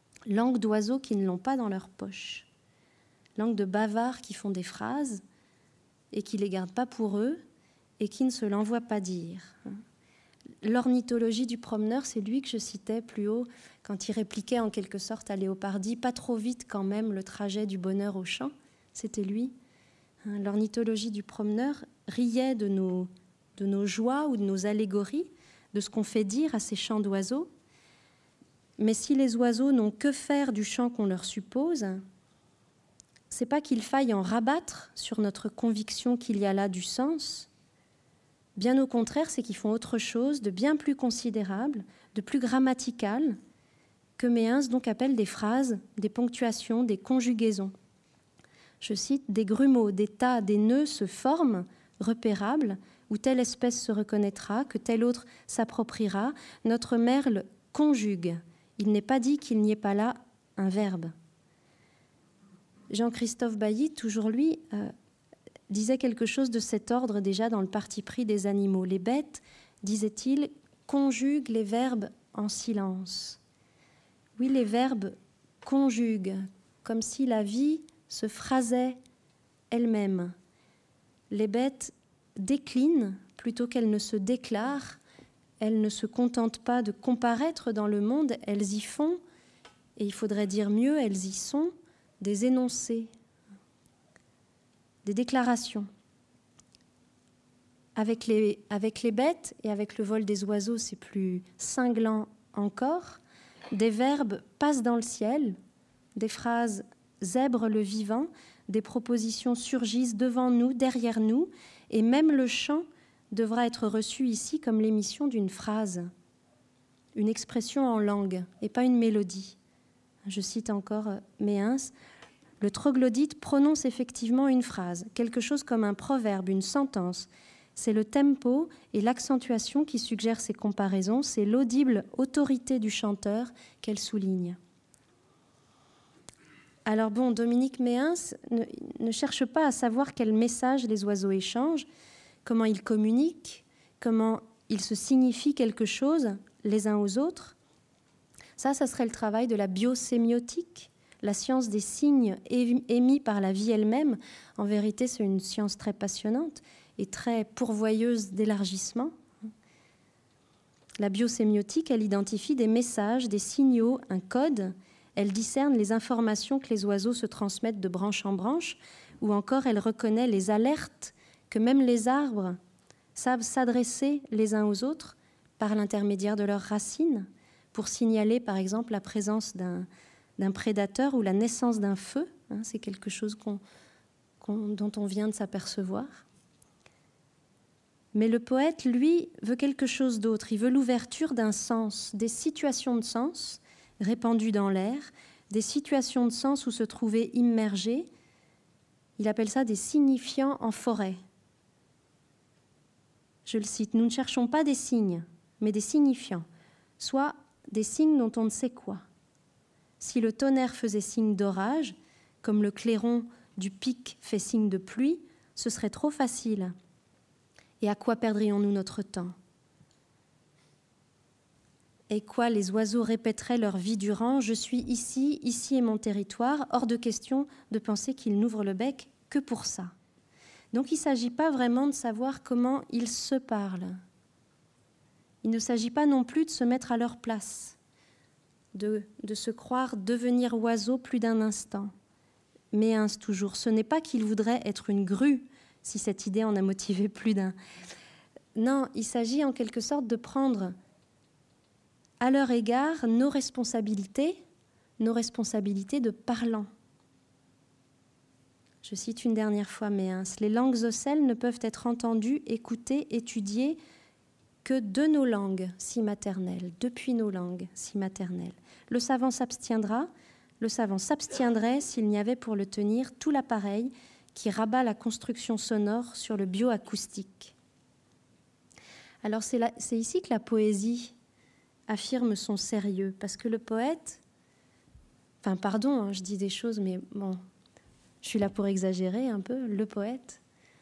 Speaker 1: langues d'oiseaux qui ne l'ont pas dans leur poche. Langues de bavards qui font des phrases, et qui ne les gardent pas pour eux et qui ne se l'envoient pas dire. L'ornithologie du promeneur, c'est lui que je citais plus haut quand il répliquait en quelque sorte à Léopardi, pas trop vite quand même le trajet du bonheur au champ, c'était lui. L'ornithologie du promeneur riait de nos joies ou de nos allégories, de ce qu'on fait dire à ces chants d'oiseaux. Mais si les oiseaux n'ont que faire du chant qu'on leur suppose, c'est pas qu'il faille en rabattre sur notre conviction qu'il y a là du sens. Bien au contraire, c'est qu'ils font autre chose de bien plus considérable, de plus grammatical, que Méens donc appelle des phrases, des ponctuations, des conjugaisons. Je cite, « Des grumeaux, des tas, des nœuds se forment, repérables, où telle espèce se reconnaîtra, que telle autre s'appropriera. Notre merle conjugue. Il n'est pas dit qu'il n'y ait pas là un verbe. » Jean-Christophe Bailly, toujours lui, disait quelque chose de cet ordre déjà dans le parti pris des animaux. Les bêtes, disait-il, conjuguent les verbes en silence. Oui, les verbes conjuguent, comme si la vie se phrasait elle-même. Les bêtes déclinent plutôt qu'elles ne se déclarent. Elles ne se contentent pas de comparaître dans le monde, elles y font, et il faudrait dire mieux, elles y sont, des énoncés, des déclarations. Avec les bêtes et avec le vol des oiseaux, c'est plus cinglant encore. Des verbes passent dans le ciel, des phrases zèbrent le vivant, des propositions surgissent devant nous, derrière nous, et même le chant devra être reçu ici comme l'émission d'une phrase, une expression en langue et pas une mélodie. Je cite encore Méens. Le troglodyte prononce effectivement une phrase, quelque chose comme un proverbe, une sentence. C'est le tempo et l'accentuation qui suggèrent ces comparaisons, c'est l'audible autorité du chanteur qu'elle souligne. Alors bon, Dominique Méens ne cherche pas à savoir quel message les oiseaux échangent, comment ils communiquent, comment ils se signifient quelque chose les uns aux autres. Ça serait le travail de la biosémiotique, la science des signes émis par la vie elle-même. En vérité, c'est une science très passionnante et très pourvoyeuse d'élargissement. La biosémiotique, elle identifie des messages, des signaux, un code. Elle discerne les informations que les oiseaux se transmettent de branche en branche, ou encore elle reconnaît les alertes que même les arbres savent s'adresser les uns aux autres par l'intermédiaire de leurs racines, pour signaler par exemple la présence d'un prédateur ou la naissance d'un feu. C'est quelque chose dont on vient de s'apercevoir. Mais le poète, lui, veut quelque chose d'autre. Il veut l'ouverture d'un sens, des situations de sens répandues dans l'air, des situations de sens où se trouver immergé. Il appelle ça des signifiants en forêt. Je le cite, « Nous ne cherchons pas des signes, mais des signifiants, soit des signes dont on ne sait quoi. Si le tonnerre faisait signe d'orage, comme le clairon du pic fait signe de pluie, ce serait trop facile. Et à quoi perdrions-nous notre temps ? Et quoi les oiseaux répéteraient leur vie durant, « Je suis ici, ici est mon territoire », hors de question de penser qu'ils n'ouvrent le bec que pour ça. Donc il ne s'agit pas vraiment de savoir comment ils se parlent. Il ne s'agit pas non plus de se mettre à leur place, de se croire devenir oiseau plus d'un instant. Méens toujours, ce n'est pas qu'il voudrait être une grue, si cette idée en a motivé plus d'un. Non, il s'agit en quelque sorte de prendre à leur égard nos responsabilités de parlant. Je cite une dernière fois Méens. Les langues ocelles ne peuvent être entendues, écoutées, étudiées que de nos langues si maternelles, depuis nos langues si maternelles. Le savant s'abstiendrait s'il n'y avait pour le tenir tout l'appareil qui rabat la construction sonore sur le bioacoustique. Alors c'est ici que la poésie affirme son sérieux, parce que le poète, je dis des choses, mais bon, je suis là pour exagérer un peu, le poète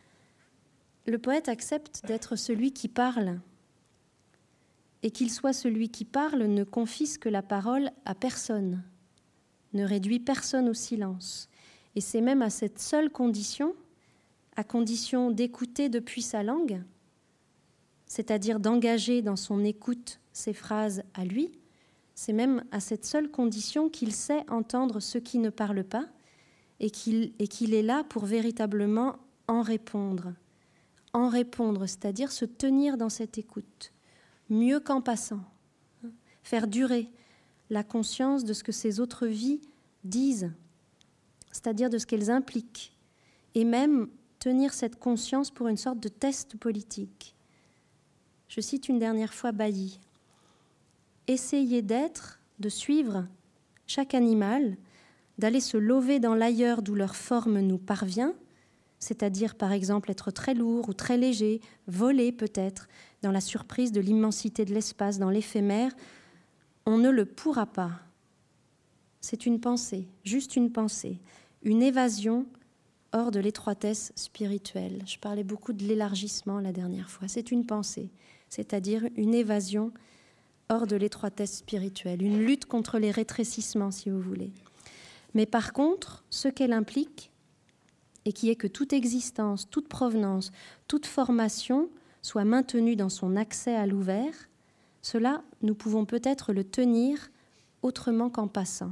Speaker 1: accepte d'être celui qui parle, et qu'il soit celui qui parle ne confisque la parole à personne, ne réduit personne au silence. Et c'est même à cette seule condition à condition d'écouter depuis sa langue, c'est-à-dire d'engager dans son écoute ses phrases à lui, c'est même à cette seule condition qu'il sait entendre ceux qui ne parlent pas et qu'il est là pour véritablement en répondre. En répondre, c'est-à-dire se tenir dans cette écoute, mieux qu'en passant, faire durer la conscience de ce que ces autres vies disent, c'est-à-dire de ce qu'elles impliquent, et même tenir cette conscience pour une sorte de test politique. Je cite une dernière fois Bailly. Essayer d'être, de suivre chaque animal, d'aller se lover dans l'ailleurs d'où leur forme nous parvient, c'est-à-dire par exemple être très lourd ou très léger, voler peut-être, dans la surprise de l'immensité de l'espace, dans l'éphémère, on ne le pourra pas. C'est une pensée, juste une pensée, une évasion hors de l'étroitesse spirituelle. Je parlais beaucoup de l'élargissement la dernière fois. C'est une pensée, c'est-à-dire une évasion hors de l'étroitesse spirituelle, une lutte contre les rétrécissements, si vous voulez. Mais par contre, ce qu'elle implique, et qui est que toute existence, toute provenance, toute formation soit maintenue dans son accès à l'ouvert, cela, nous pouvons peut-être le tenir autrement qu'en passant.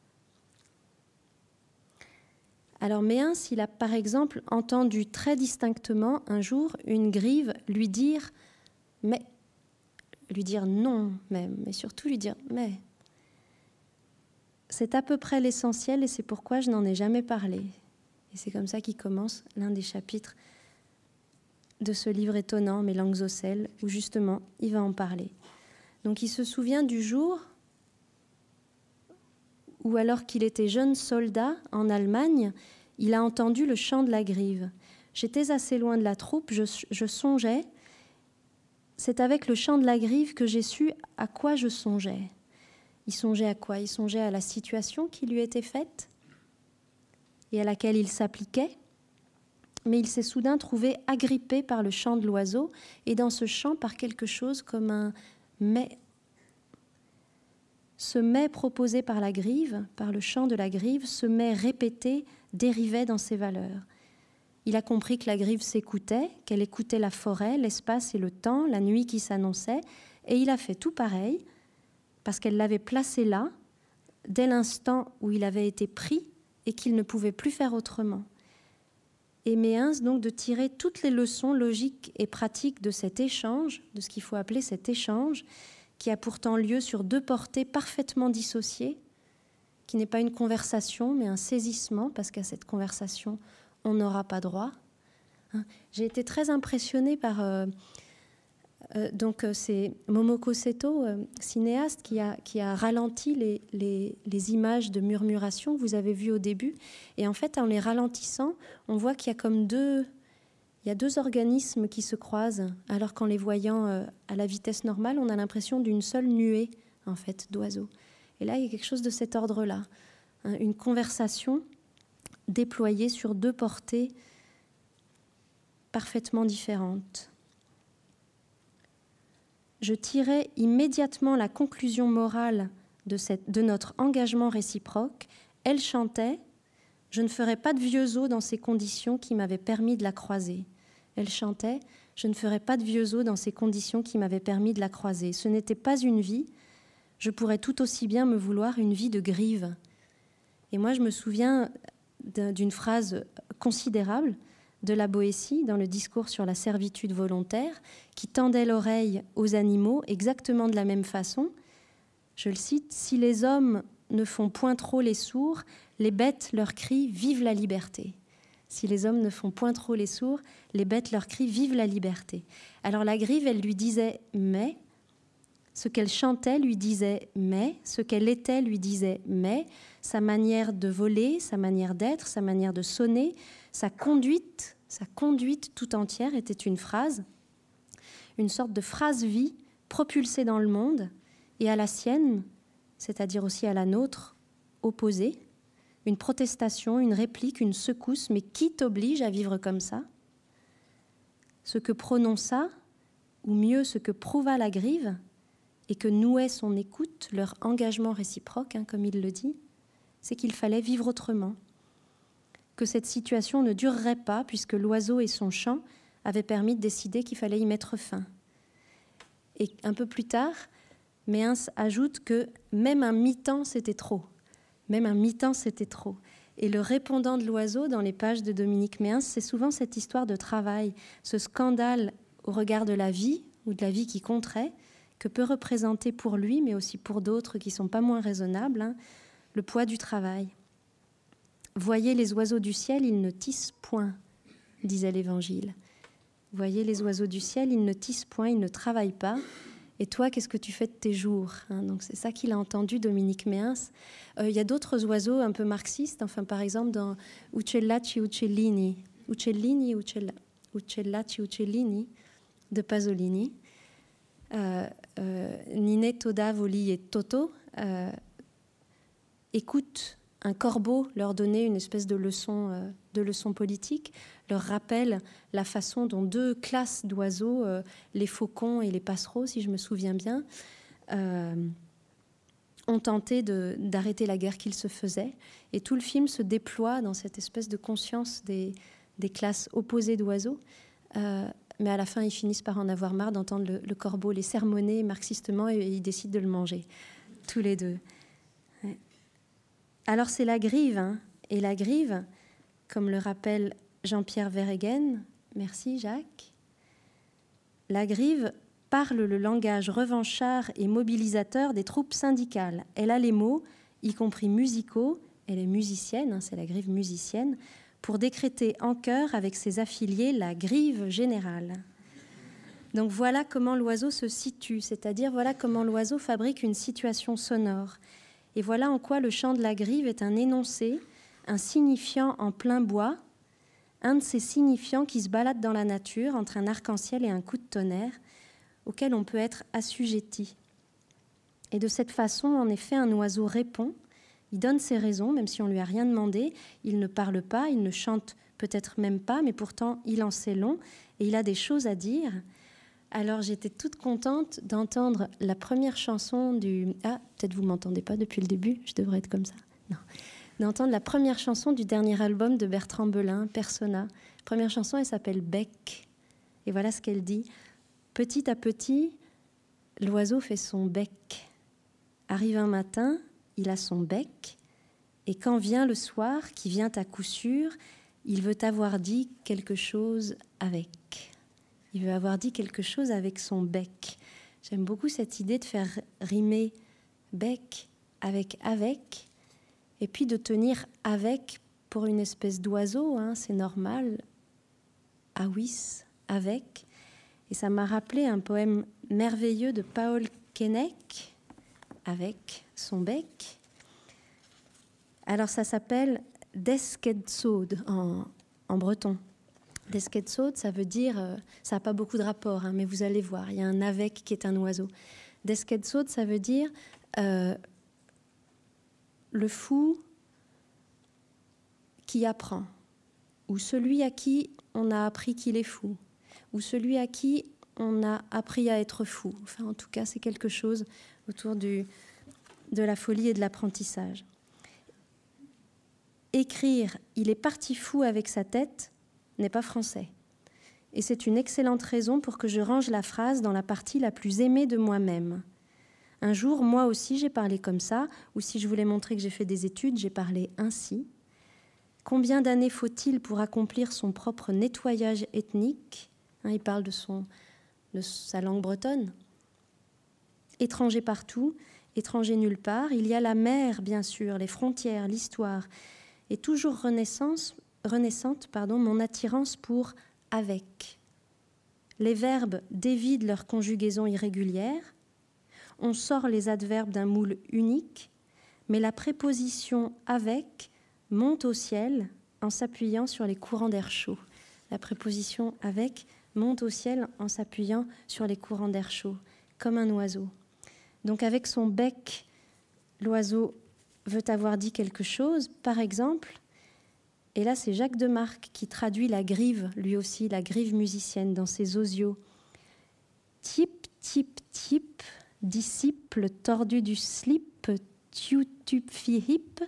Speaker 1: Alors Méens, il a par exemple entendu très distinctement un jour une grive lui dire « mais », lui dire non même, mais surtout lui dire « mais ». C'est à peu près l'essentiel et c'est pourquoi je n'en ai jamais parlé. Et c'est comme ça qu'il commence l'un des chapitres de ce livre étonnant, Mes langues au sel, où justement il va en parler. Donc il se souvient du jour où, alors qu'il était jeune soldat en Allemagne, il a entendu le chant de la grive. J'étais assez loin de la troupe, je songeais. C'est avec le chant de la grive que j'ai su à quoi je songeais. Il songeait à quoi ? Il songeait à la situation qui lui était faite et à laquelle il s'appliquait. Mais il s'est soudain trouvé agrippé par le chant de l'oiseau et dans ce chant par quelque chose comme un « mais ». Ce « mais » proposé par la grive, par le chant de la grive, ce « mais » répété dérivait dans ses valeurs. Il a compris que la grive s'écoutait, qu'elle écoutait la forêt, l'espace et le temps, la nuit qui s'annonçait, et il a fait tout pareil, parce qu'elle l'avait placé là, dès l'instant où il avait été pris et qu'il ne pouvait plus faire autrement. Et Méens, donc, de tirer toutes les leçons logiques et pratiques de cet échange, de ce qu'il faut appeler cet échange, qui a pourtant lieu sur deux portées parfaitement dissociées, qui n'est pas une conversation, mais un saisissement, parce qu'à cette conversation, on n'aura pas droit. J'ai été très impressionnée par... c'est Momoko Seto, cinéaste, qui a ralenti les images de murmuration que vous avez vues au début. Et en fait, en les ralentissant, on voit qu'il y a comme deux organismes qui se croisent, alors qu'en les voyant à la vitesse normale, on a l'impression d'une seule nuée, en fait, d'oiseaux. Et là, il y a quelque chose de cet ordre-là, une conversation déployée sur deux portées parfaitement différentes. Je tirais immédiatement la conclusion morale de notre engagement réciproque. Elle chantait « Je ne ferai pas de vieux os dans ces conditions qui m'avaient permis de la croiser ». Elle chantait « Je ne ferai pas de vieux os dans ces conditions qui m'avaient permis de la croiser ». Ce n'était pas une vie. Je pourrais tout aussi bien me vouloir une vie de grive. Et moi, je me souviens d'une phrase considérable de la Boétie dans le discours sur la servitude volontaire, qui tendait l'oreille aux animaux exactement de la même façon. Je le cite, « Si les hommes ne font point trop les sourds, les bêtes leur crient « Vive la liberté ». Si les hommes ne font point trop les sourds, les bêtes leur crient « Vive la liberté ». Alors la grive, elle lui disait « Mais ». Ce qu'elle chantait lui disait « mais », ce qu'elle était lui disait « mais », sa manière de voler, sa manière d'être, sa manière de sonner, sa conduite tout entière était une phrase, une sorte de phrase-vie propulsée dans le monde et à la sienne, c'est-à-dire aussi à la nôtre, opposée, une protestation, une réplique, une secousse, mais qui t'oblige à vivre comme ça ? Ce que prononça, ou mieux ce que prouva la grive, et que nouait son écoute, leur engagement réciproque, comme il le dit, c'est qu'il fallait vivre autrement. que cette situation ne durerait pas puisque l'oiseau et son chant avaient permis de décider qu'il fallait y mettre fin. Et un peu plus tard, Méens ajoute que même un mi-temps, c'était trop. Même un mi-temps, c'était trop. Et le répondant de l'oiseau, dans les pages de Dominique Méens, c'est souvent cette histoire de travail, ce scandale au regard de la vie, ou de la vie qui compterait, que peut représenter pour lui, mais aussi pour d'autres qui ne sont pas moins raisonnables, le poids du travail. « Voyez les oiseaux du ciel, ils ne tissent point », disait l'Évangile. « Voyez les oiseaux du ciel, ils ne tissent point, ils ne travaillent pas. Et toi, qu'est-ce que tu fais de tes jours » Donc c'est ça qu'il a entendu, Dominique Méens. Il y a d'autres oiseaux un peu marxistes, enfin, par exemple dans Uccellacci Uccellini, Uccellacci Uccellini de Pasolini, Ninetto Davoli et Toto écoutent un corbeau leur donner une espèce de leçon politique, leur rappelle la façon dont deux classes d'oiseaux, les faucons et les passereaux, si je me souviens bien, ont tenté d'arrêter la guerre qu'ils se faisaient. Et tout le film se déploie dans cette espèce de conscience des classes opposées d'oiseaux. Mais à la fin, ils finissent par en avoir marre d'entendre le corbeau les sermonner marxistement et ils décident de le manger, tous les deux. Ouais. Alors c'est la grive, et la grive, comme le rappelle Jean-Pierre Verhegen, merci Jacques, la grive parle le langage revanchard et mobilisateur des troupes syndicales. Elle a les mots, y compris musicaux, elle est musicienne, c'est la grive musicienne, pour décréter en chœur avec ses affiliés la grive générale. Donc voilà comment l'oiseau se situe, c'est-à-dire voilà comment l'oiseau fabrique une situation sonore. Et voilà en quoi le chant de la grive est un énoncé, un signifiant en plein bois, un de ces signifiants qui se baladent dans la nature entre un arc-en-ciel et un coup de tonnerre, auquel on peut être assujetti. Et de cette façon, en effet, un oiseau répond. Il donne ses raisons, même si on ne lui a rien demandé. Il ne parle pas, il ne chante peut-être même pas, mais pourtant, il en sait long et il a des choses à dire. Alors, j'étais toute contente d'entendre la première chanson du... Ah, peut-être vous ne m'entendez pas depuis le début, je devrais être comme ça. Non. D'entendre la première chanson du dernier album de Bertrand Belin, Persona. La première chanson, elle s'appelle Bec. Et voilà ce qu'elle dit. Petit à petit, l'oiseau fait son bec. Arrive un matin, il a son bec, et quand vient le soir, qui vient à coup sûr, il veut avoir dit quelque chose avec. Il veut avoir dit quelque chose avec son bec. J'aime beaucoup cette idée de faire rimer bec avec, et puis de tenir avec pour une espèce d'oiseau, c'est normal, awis, avec. Et ça m'a rappelé un poème merveilleux de Paul Keinec, avec son bec. Alors ça s'appelle Deskedsod en breton. Deskedsod, ça veut dire, ça n'a pas beaucoup de rapport, mais vous allez voir, il y a un avec qui est un oiseau. Deskedsod, ça veut dire le fou qui apprend, ou celui à qui on a appris qu'il est fou, ou celui à qui on a appris à être fou. Enfin, en tout cas, c'est quelque chose autour de la folie et de l'apprentissage. Écrire « Il est parti fou avec sa tête » n'est pas français. Et c'est une excellente raison pour que je range la phrase dans la partie la plus aimée de moi-même. Un jour, moi aussi, j'ai parlé comme ça, ou si je voulais montrer que j'ai fait des études, j'ai parlé ainsi. Combien d'années faut-il pour accomplir son propre nettoyage ethnique ? Il parle de sa langue bretonne. Étranger partout, étranger nulle part. Il y a la mer, bien sûr, les frontières, l'histoire. Et toujours renaissante, mon attirance pour « avec ». Les verbes dévident leur conjugaison irrégulière. On sort les adverbes d'un moule unique, mais la préposition « avec » monte au ciel en s'appuyant sur les courants d'air chaud. La préposition « avec » monte au ciel en s'appuyant sur les courants d'air chaud, comme un oiseau. Donc avec son bec, l'oiseau veut avoir dit quelque chose, par exemple, et là c'est Jacques Demarque qui traduit la grive, lui aussi, la grive musicienne dans ses osios. Tip, tip, tip, disciple tordu du slip, tu fi hip,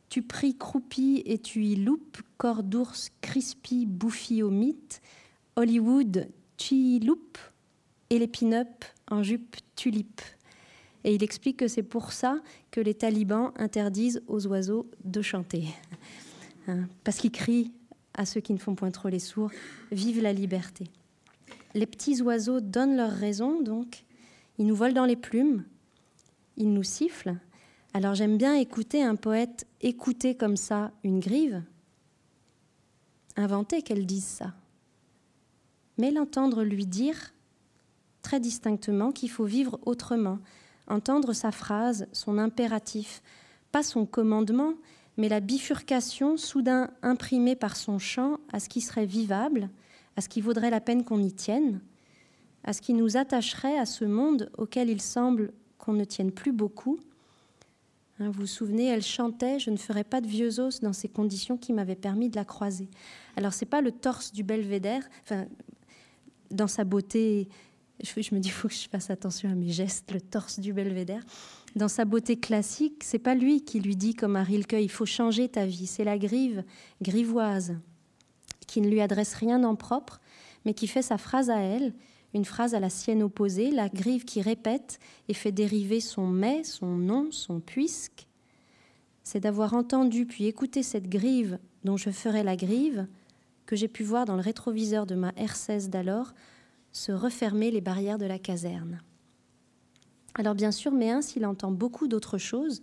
Speaker 1: Tu pries croupi et tu y loupes, corps d'ours crispy, bouffi au mythe, Hollywood, tu y loupes, et les pin-up en jupe tulipe. Et il explique que c'est pour ça que les talibans interdisent aux oiseaux de chanter. Parce qu'ils crient à ceux qui ne font point trop les sourds, vive la liberté. Les petits oiseaux donnent leur raison, donc. Ils nous volent dans les plumes, ils nous sifflent. Alors j'aime bien écouter un poète écouter comme ça une grive, inventer qu'elle dise ça. Mais l'entendre lui dire très distinctement qu'il faut vivre autrement, entendre sa phrase, son impératif, pas son commandement, mais la bifurcation soudain imprimée par son chant à ce qui serait vivable, à ce qui vaudrait la peine qu'on y tienne, à ce qui nous attacherait à ce monde auquel il semble qu'on ne tienne plus beaucoup. Vous vous souvenez, elle chantait « Je ne ferai pas de vieux os dans ces conditions qui m'avaient permis de la croiser ». Alors, ce n'est pas le torse du belvédère, enfin, dans sa beauté, je me dis, il faut que je fasse attention à mes gestes, le torse du belvédère. Dans sa beauté classique, ce n'est pas lui qui lui dit, comme à Rilke, il faut changer ta vie. C'est la grivoise, qui ne lui adresse rien en propre, mais qui fait sa phrase à elle, une phrase à la sienne opposée, la grive qui répète et fait dériver son mais, son non, son puisque. C'est d'avoir entendu puis écouté cette grive dont je ferai la grive que j'ai pu voir dans le rétroviseur de ma R16 d'alors se refermer les barrières de la caserne. Alors bien sûr, Méens, il entend beaucoup d'autres choses,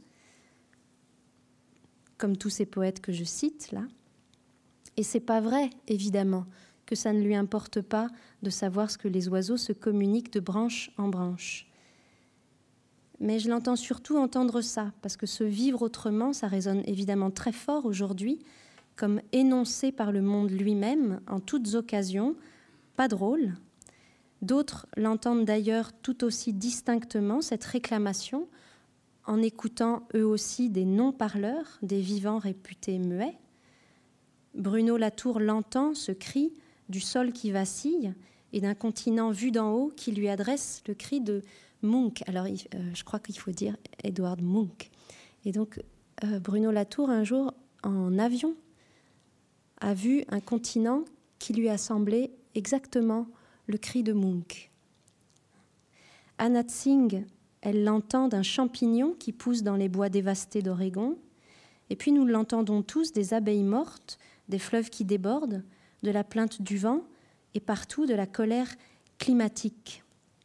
Speaker 1: comme tous ces poètes que je cite là. Et c'est pas vrai, évidemment, que ça ne lui importe pas de savoir ce que les oiseaux se communiquent de branche en branche. Mais je l'entends surtout entendre ça, parce que ce vivre autrement, ça résonne évidemment très fort aujourd'hui, comme énoncé par le monde lui-même, en toutes occasions, pas drôle. D'autres l'entendent d'ailleurs tout aussi distinctement, cette réclamation, en écoutant eux aussi des non-parleurs, des vivants réputés muets. Bruno Latour l'entend, ce cri du sol qui vacille et d'un continent vu d'en haut qui lui adresse le cri de Munch. Alors, je crois qu'il faut dire Edward Munch. Et donc, Bruno Latour, un jour, en avion, a vu un continent qui lui a semblé exactement le cri de Munch. Anna Tsing, elle l'entend d'un champignon qui pousse dans les bois dévastés d'Oregon. Et puis, nous l'entendons tous des abeilles mortes, des fleuves qui débordent, de la plainte du vent et partout de la colère climatique.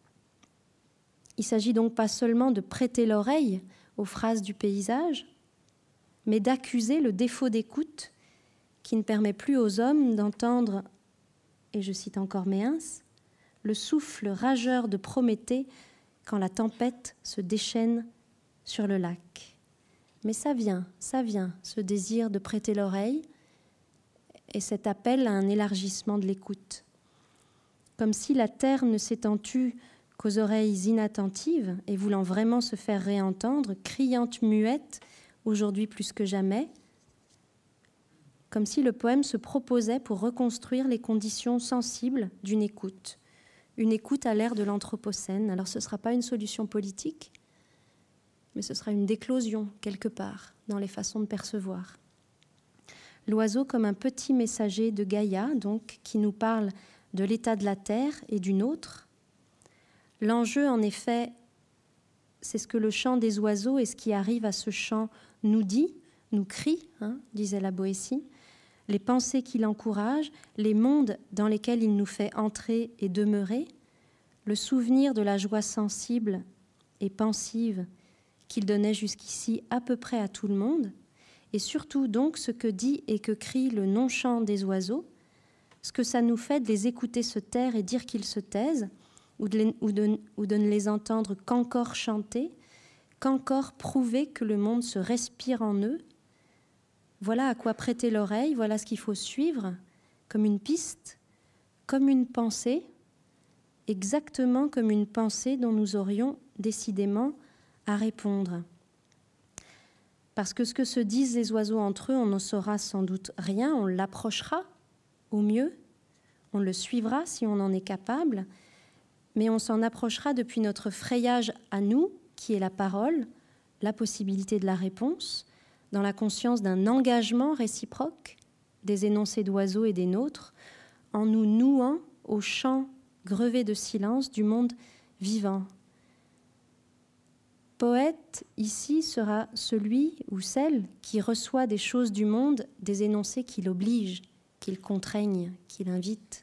Speaker 1: Il ne s'agit donc pas seulement de prêter l'oreille aux phrases du paysage, mais d'accuser le défaut d'écoute qui ne permet plus aux hommes d'entendre, et je cite encore Méens, le souffle rageur de Prométhée quand la tempête se déchaîne sur le lac. Mais ça vient, ce désir de prêter l'oreille, et cet appel à un élargissement de l'écoute. Comme si la terre ne s'étant tue qu'aux oreilles inattentives et voulant vraiment se faire réentendre, criante muette, aujourd'hui plus que jamais, comme si le poème se proposait pour reconstruire les conditions sensibles d'une écoute. Une écoute à l'ère de l'Anthropocène. Alors ce ne sera pas une solution politique, mais ce sera une déclosion quelque part dans les façons de percevoir. L'oiseau comme un petit messager de Gaïa, donc, qui nous parle de l'état de la terre et du nôtre. L'enjeu, en effet, c'est ce que le chant des oiseaux et ce qui arrive à ce chant nous dit, nous crie, disait la Boétie, les pensées qu'il encourage, les mondes dans lesquels il nous fait entrer et demeurer, le souvenir de la joie sensible et pensive qu'il donnait jusqu'ici à peu près à tout le monde, et surtout donc ce que dit et que crie le non-chant des oiseaux, ce que ça nous fait de les écouter se taire et dire qu'ils se taisent, ou de ne les entendre qu'encore chanter, qu'encore prouver que le monde se respire en eux. Voilà à quoi prêter l'oreille, voilà ce qu'il faut suivre comme une piste, comme une pensée, exactement comme une pensée dont nous aurions décidément à répondre. Parce que ce que se disent les oiseaux entre eux, on n'en saura sans doute rien, on l'approchera au mieux, on le suivra si on en est capable, mais on s'en approchera depuis notre frayage à nous, qui est la parole, la possibilité de la réponse, dans la conscience d'un engagement réciproque des énoncés d'oiseaux et des nôtres, en nous nouant au champ grevé de silence du monde vivant. Poète, ici, sera celui ou celle qui reçoit des choses du monde des énoncés qui l'obligent, qui le contraignent, qui l'invitent.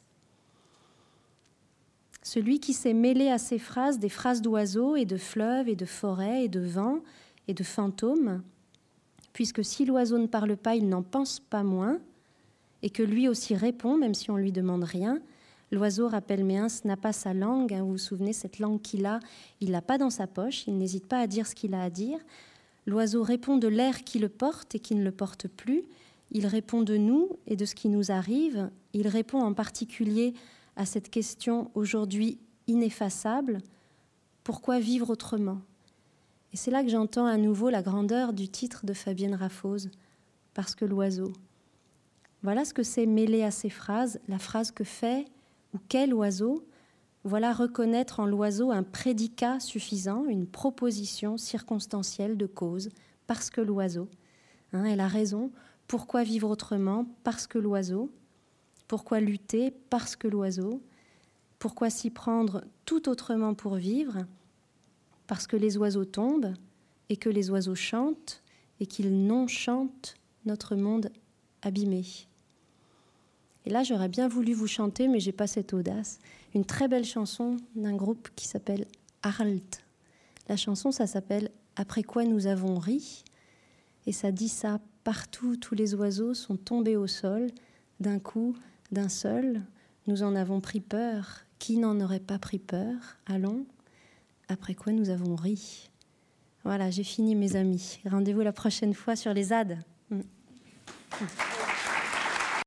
Speaker 1: Celui qui s'est mêlé à ces phrases des phrases d'oiseaux et de fleuves et de forêts et de vents et de fantômes, puisque si l'oiseau ne parle pas, il n'en pense pas moins, et que lui aussi répond, même si on ne lui demande rien. L'oiseau, rappelle Méens, n'a pas sa langue. Vous vous souvenez, cette langue qu'il a, il ne l'a pas dans sa poche, il n'hésite pas à dire ce qu'il a à dire. L'oiseau répond de l'air qui le porte et qui ne le porte plus. Il répond de nous et de ce qui nous arrive. Il répond en particulier à cette question aujourd'hui ineffaçable, pourquoi vivre autrement ? Et c'est là que j'entends à nouveau la grandeur du titre de Fabienne Raffose, parce que l'oiseau. Voilà ce que c'est mêler à ces phrases, la phrase que fait ou quel oiseau. Voilà reconnaître en l'oiseau un prédicat suffisant, une proposition circonstancielle de cause, parce que l'oiseau. Elle a raison. Pourquoi vivre autrement ? Parce que l'oiseau. Pourquoi lutter ? Parce que l'oiseau. Pourquoi s'y prendre tout autrement pour vivre ? Parce que les oiseaux tombent et que les oiseaux chantent et qu'ils non-chantent notre monde abîmé. Et là, j'aurais bien voulu vous chanter, mais je n'ai pas cette audace. Une très belle chanson d'un groupe qui s'appelle Harlt. La chanson, ça s'appelle « Après quoi nous avons ri ». Et ça dit ça, partout, tous les oiseaux sont tombés au sol, d'un coup, d'un seul. Nous en avons pris peur. Qui n'en aurait pas pris peur ? Allons, après quoi nous avons ri. Voilà, j'ai fini mes amis. Rendez-vous la prochaine fois sur les ZAD.